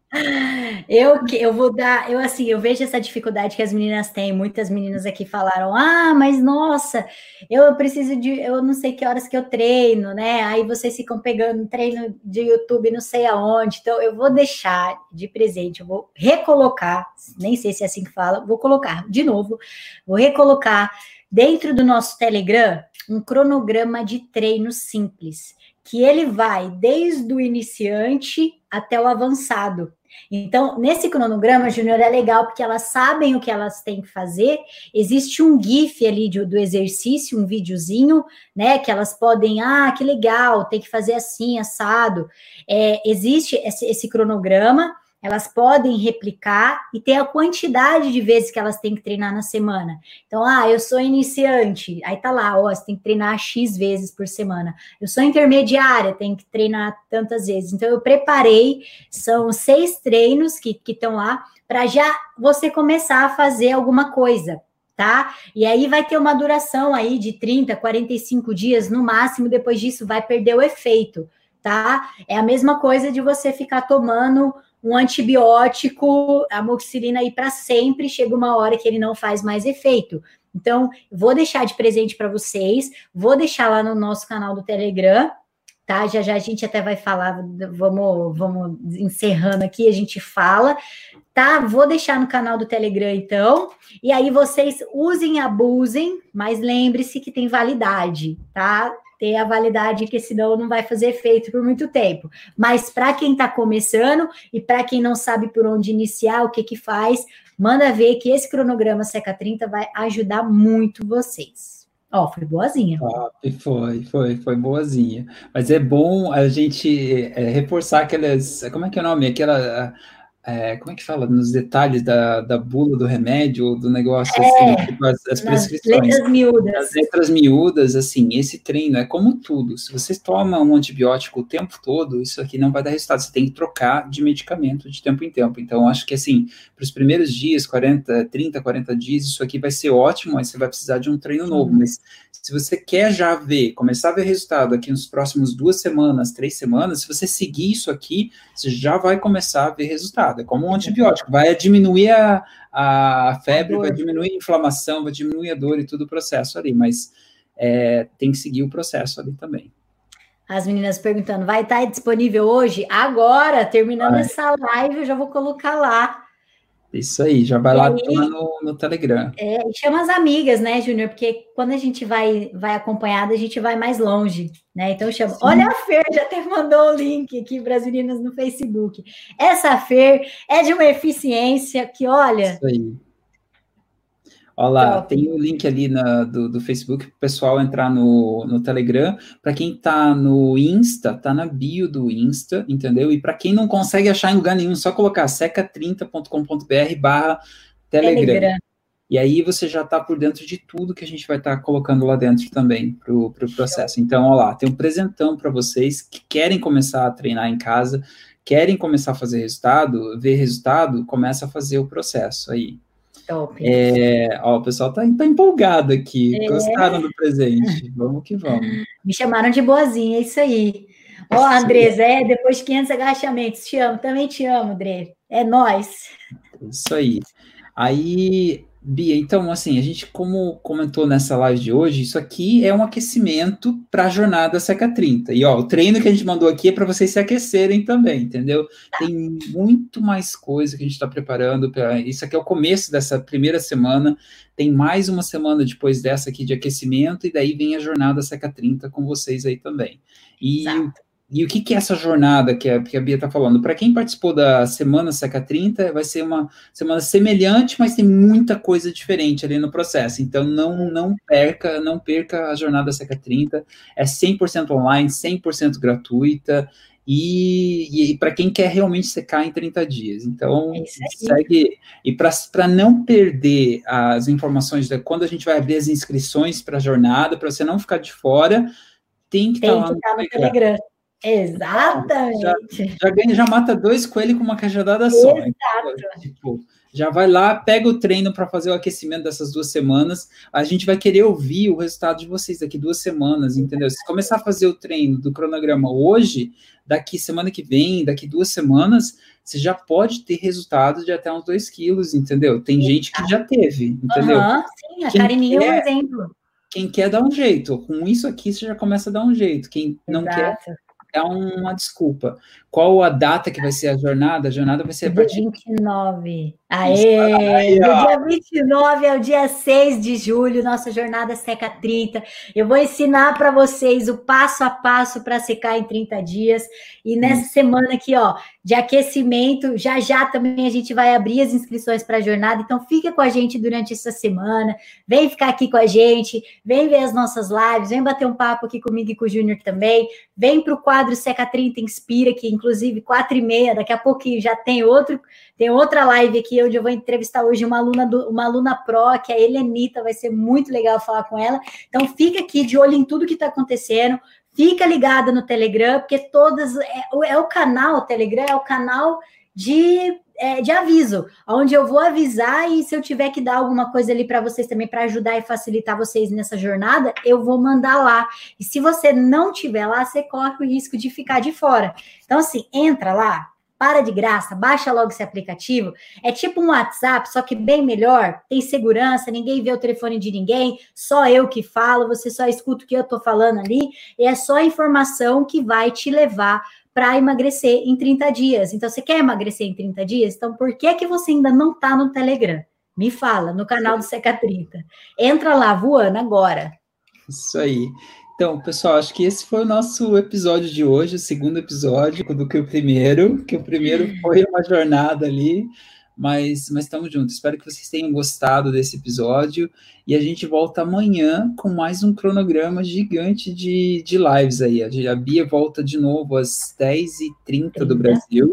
Eu, que- eu vou dar, eu assim, eu vejo essa dificuldade que as meninas têm. Muitas meninas aqui falaram: ah, mas nossa, eu preciso de, eu não sei que horas que eu treino, né? Aí vocês ficam pegando treino de YouTube, não sei aonde. Então, eu vou deixar de presente, eu vou recolocar, nem sei se é assim que fala, vou colocar de novo, vou recolocar dentro do nosso Telegram um cronograma de treino simples, que ele vai desde o iniciante até o avançado. Então, nesse cronograma, Júnior, é legal porque elas sabem o que elas têm que fazer. Existe um GIF ali de, do exercício, um videozinho, né? Que elas podem, ah, que legal, tem que fazer assim, assado. É, existe esse, esse cronograma, elas podem replicar e ter a quantidade de vezes que elas têm que treinar na semana. Então, ah, eu sou iniciante, aí tá lá, ó, você tem que treinar X vezes por semana. Eu sou intermediária, tem que treinar tantas vezes. Então, eu preparei, são seis treinos que estão lá, para já você começar a fazer alguma coisa, tá? E aí vai ter uma duração aí de trinta, quarenta e cinco dias no máximo, depois disso vai perder o efeito, tá? É a mesma coisa de você ficar tomando um antibiótico, a amoxicilina aí para sempre, chega uma hora que ele não faz mais efeito. Então, vou deixar de presente para vocês, vou deixar lá no nosso canal do Telegram, tá? Já já a gente até vai falar, vamos, vamos encerrando aqui, a gente fala, tá? Vou deixar no canal do Telegram, então, e aí vocês usem e abusem, mas lembre-se que tem validade, tá? Ter a validade, que senão não vai fazer efeito por muito tempo. Mas para quem está começando e para quem não sabe por onde iniciar, o que que faz, manda ver que esse cronograma Seca trinta vai ajudar muito vocês. Ó, oh, foi boazinha. Ah, foi, foi, foi boazinha. Mas é bom a gente é, reforçar aquelas. Como é que é o nome? Aquela. É, como é que fala? Nos detalhes da, da bula do remédio ou do negócio, assim, É, tipo, as, as nas prescrições. letras miúdas. As letras miúdas, assim, esse treino é como tudo. Se você toma um antibiótico o tempo todo, isso aqui não vai dar resultado. Você tem que trocar de medicamento de tempo em tempo. Então, acho que, assim, para os primeiros dias, quarenta, trinta, quarenta dias, isso aqui vai ser ótimo, aí você vai precisar de um treino Sim. novo. Mas se você quer já ver, começar a ver resultado aqui nos próximos duas semanas, três semanas, se você seguir isso aqui, você já vai começar a ver resultado. É como um antibiótico, vai diminuir a, a febre, A vai diminuir a inflamação, vai diminuir a dor e todo o processo ali, mas é, tem que seguir o processo ali também. As meninas perguntando, vai estar disponível hoje? Agora, terminando vai. Essa live, eu já vou colocar lá. Isso aí, já vai e lá, aí, lá no, no Telegram. É, e chama as amigas, né, Júnior? Porque quando a gente vai, vai acompanhada, a gente vai mais longe, né? Então chama. Sim. Olha a Fer, já até mandou o link aqui para as meninas no Facebook. Essa Fer é de uma eficiência que, olha. Isso aí. Olha lá, top. Tem o link ali na, do, do Facebook para o pessoal entrar no, no Telegram. Para quem está no Insta, tá na bio do Insta, entendeu? E para quem não consegue achar em lugar nenhum, só colocar seca trinta ponto com ponto br barra Telegram. Telegram. E aí você já está por dentro de tudo que a gente vai estar tá colocando lá dentro também para o pro processo. Então, olha lá, tem um presentão para vocês que querem começar a treinar em casa, querem começar a fazer resultado, ver resultado, começa a fazer o processo aí. Top. É, ó, o pessoal tá, tá empolgado aqui, é. Gostaram do presente, vamos que vamos. Me chamaram de boazinha, é isso aí. Ó, Andresa, é, depois de quinhentos agachamentos, te amo, também te amo, André, é nóis. Isso aí. Aí, Bia, então, assim, a gente, como comentou nessa live de hoje, isso aqui é um aquecimento para a jornada Seca trinta. E, ó, o treino que a gente mandou aqui é para vocês se aquecerem também, entendeu? Tem muito mais coisa que a gente está preparando. Pra... Isso aqui é o começo dessa primeira semana. Tem mais uma semana depois dessa aqui de aquecimento, e daí vem a jornada Seca trinta com vocês aí também. E... Exato. E o que, que é essa jornada que a, que a Bia está falando? Para quem participou da Semana Seca trinta, vai ser uma semana semelhante, mas tem muita coisa diferente ali no processo. Então, não, não perca, não perca a jornada Seca trinta. É cem por cento online, cem por cento gratuita. E, e para quem quer realmente secar em trinta dias. Então, é segue. E para não perder as informações de quando a gente vai abrir as inscrições para a jornada, para você não ficar de fora, tem que estar tá lá no, no Telegram. Exatamente. Já, já ganha, já mata dois coelhos com uma cajadada só. Exato. Então, tipo, Já vai lá, pega o treino para fazer o aquecimento dessas duas semanas. A gente vai querer ouvir o resultado de vocês daqui duas semanas, entendeu? Se começar a fazer o treino do cronograma hoje, daqui semana que vem, daqui duas semanas, você já pode ter resultado de até uns dois quilos, entendeu? Tem gente que já teve, entendeu? Uhum, sim, a Karininha é um exemplo. Quem quer dar um jeito. Com isso aqui, você já começa a dar um jeito. Quem não Exato. quer, é uma desculpa. Qual a data que vai ser a jornada? A jornada vai ser a partir... vinte e nove. Aê! Do dia vinte e nove ao dia seis de julho, nossa jornada Seca trinta. Eu vou ensinar para vocês o passo a passo para secar em trinta dias. E nessa hum. semana aqui, ó, de aquecimento, já já também a gente vai abrir as inscrições para a jornada. Então, fica com a gente durante essa semana. Vem ficar aqui com a gente. Vem ver as nossas lives. Vem bater um papo aqui comigo e com o Júnior também. Vem para o quadro Seca trinta Inspira, que inclusive quatro e meia, daqui a pouquinho já tem outro, tem outra live aqui, onde eu vou entrevistar hoje uma aluna, do, uma aluna pró, que é a Helenita, vai ser muito legal falar com ela. Então, fica aqui de olho em tudo que está acontecendo, fica ligada no Telegram, porque todas, é, é o canal, o Telegram é o canal de, é, de aviso, onde eu vou avisar e se eu tiver que dar alguma coisa ali para vocês também, para ajudar e facilitar vocês nessa jornada, eu vou mandar lá. E se você não tiver lá, você corre o risco de ficar de fora. Então, assim, entra lá, para de graça, baixa logo esse aplicativo. É tipo um WhatsApp, só que bem melhor, tem segurança, ninguém vê o telefone de ninguém, só eu que falo, você só escuta o que eu tô falando ali, e é só a informação que vai te levar para emagrecer em trinta dias. Então, você quer emagrecer em trinta dias? Então, por que que você ainda não está no Telegram? Me fala, no canal do Seca trinta. Entra lá, voando agora. Isso aí. Então, pessoal, acho que esse foi o nosso episódio de hoje, o segundo episódio do que o primeiro, que o primeiro foi uma jornada ali, mas, mas estamos juntos. Espero que vocês tenham gostado desse episódio e a gente volta amanhã com mais um cronograma gigante de, de lives aí. A, a Bia volta de novo às dez e trinta do Brasil,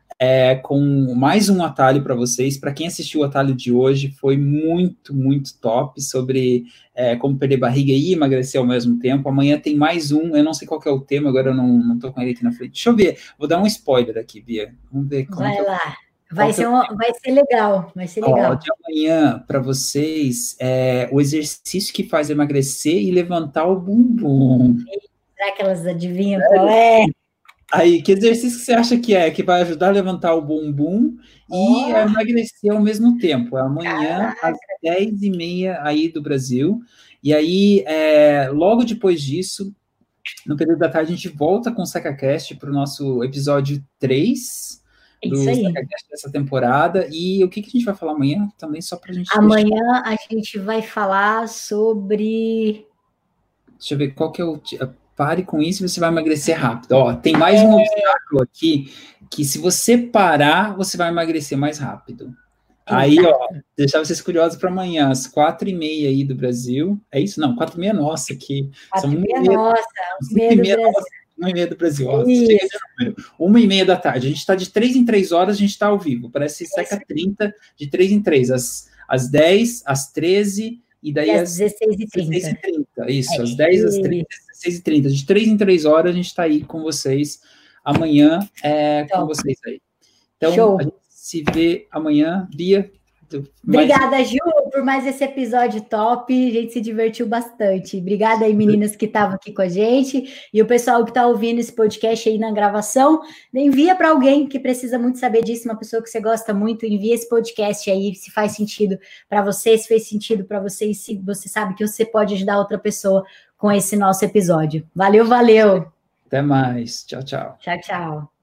é, com mais um atalho para vocês. Para quem assistiu o atalho de hoje, foi muito, muito top sobre é, como perder barriga e emagrecer ao mesmo tempo. Amanhã tem mais um, eu não sei qual que é o tema, agora eu não estou com ele aqui na frente. Deixa eu ver, vou dar um spoiler aqui, Bia. Vamos ver como Vai que lá. Eu... Vai ser, um, vai ser legal, vai ser legal. Ó, de amanhã, para vocês, é o exercício que faz emagrecer e levantar o bumbum. Será que elas adivinham é. qual é? Aí, que exercício que você acha que é? Que vai ajudar a levantar o bumbum oh. e a emagrecer ao mesmo tempo. É amanhã, Caraca. às dez e meia aí do Brasil. E aí, é, logo depois disso, no período da tarde, a gente volta com o SecaCast para o nosso episódio três. Do SecaCast dessa temporada. E o que, que a gente vai falar amanhã? Também só para a gente... Amanhã deixar... a gente vai falar sobre... Deixa eu ver qual que é o... Pare com isso e você vai emagrecer rápido. Ó, tem mais um é... obstáculo aqui, que se você parar, você vai emagrecer mais rápido. Exato. Aí, ó, deixar vocês curiosos para amanhã, às quatro e meia aí do Brasil. É isso? Não, quatro e meia nossa aqui. Quatro e meia nossa, uma e meia do Brasil. Uma e meia do Brasil, ó, chega de número. Uma e meia da tarde. A gente está de três em três horas, a gente está ao vivo. Parece Seca trinta, de três em três. Às, às dez, às treze e daí e às, às dezesseis e trinta. dezesseis e trinta. Isso, é. às dez, às treze, às dezesseis e trinta. De três em três horas, a gente está aí com vocês. Amanhã é com vocês aí. Então, Show. A gente se vê amanhã. Bia, obrigada, mais... Ju, por mais esse episódio top. A gente se divertiu bastante. Obrigada aí, meninas que estavam aqui com a gente. E o pessoal que está ouvindo esse podcast aí na gravação, envia para alguém que precisa muito saber disso, uma pessoa que você gosta muito. Envia esse podcast aí, se faz sentido para você, se fez sentido para você e se você sabe que você pode ajudar outra pessoa com esse nosso episódio. Valeu, valeu. Até mais. Tchau, tchau. Tchau, tchau.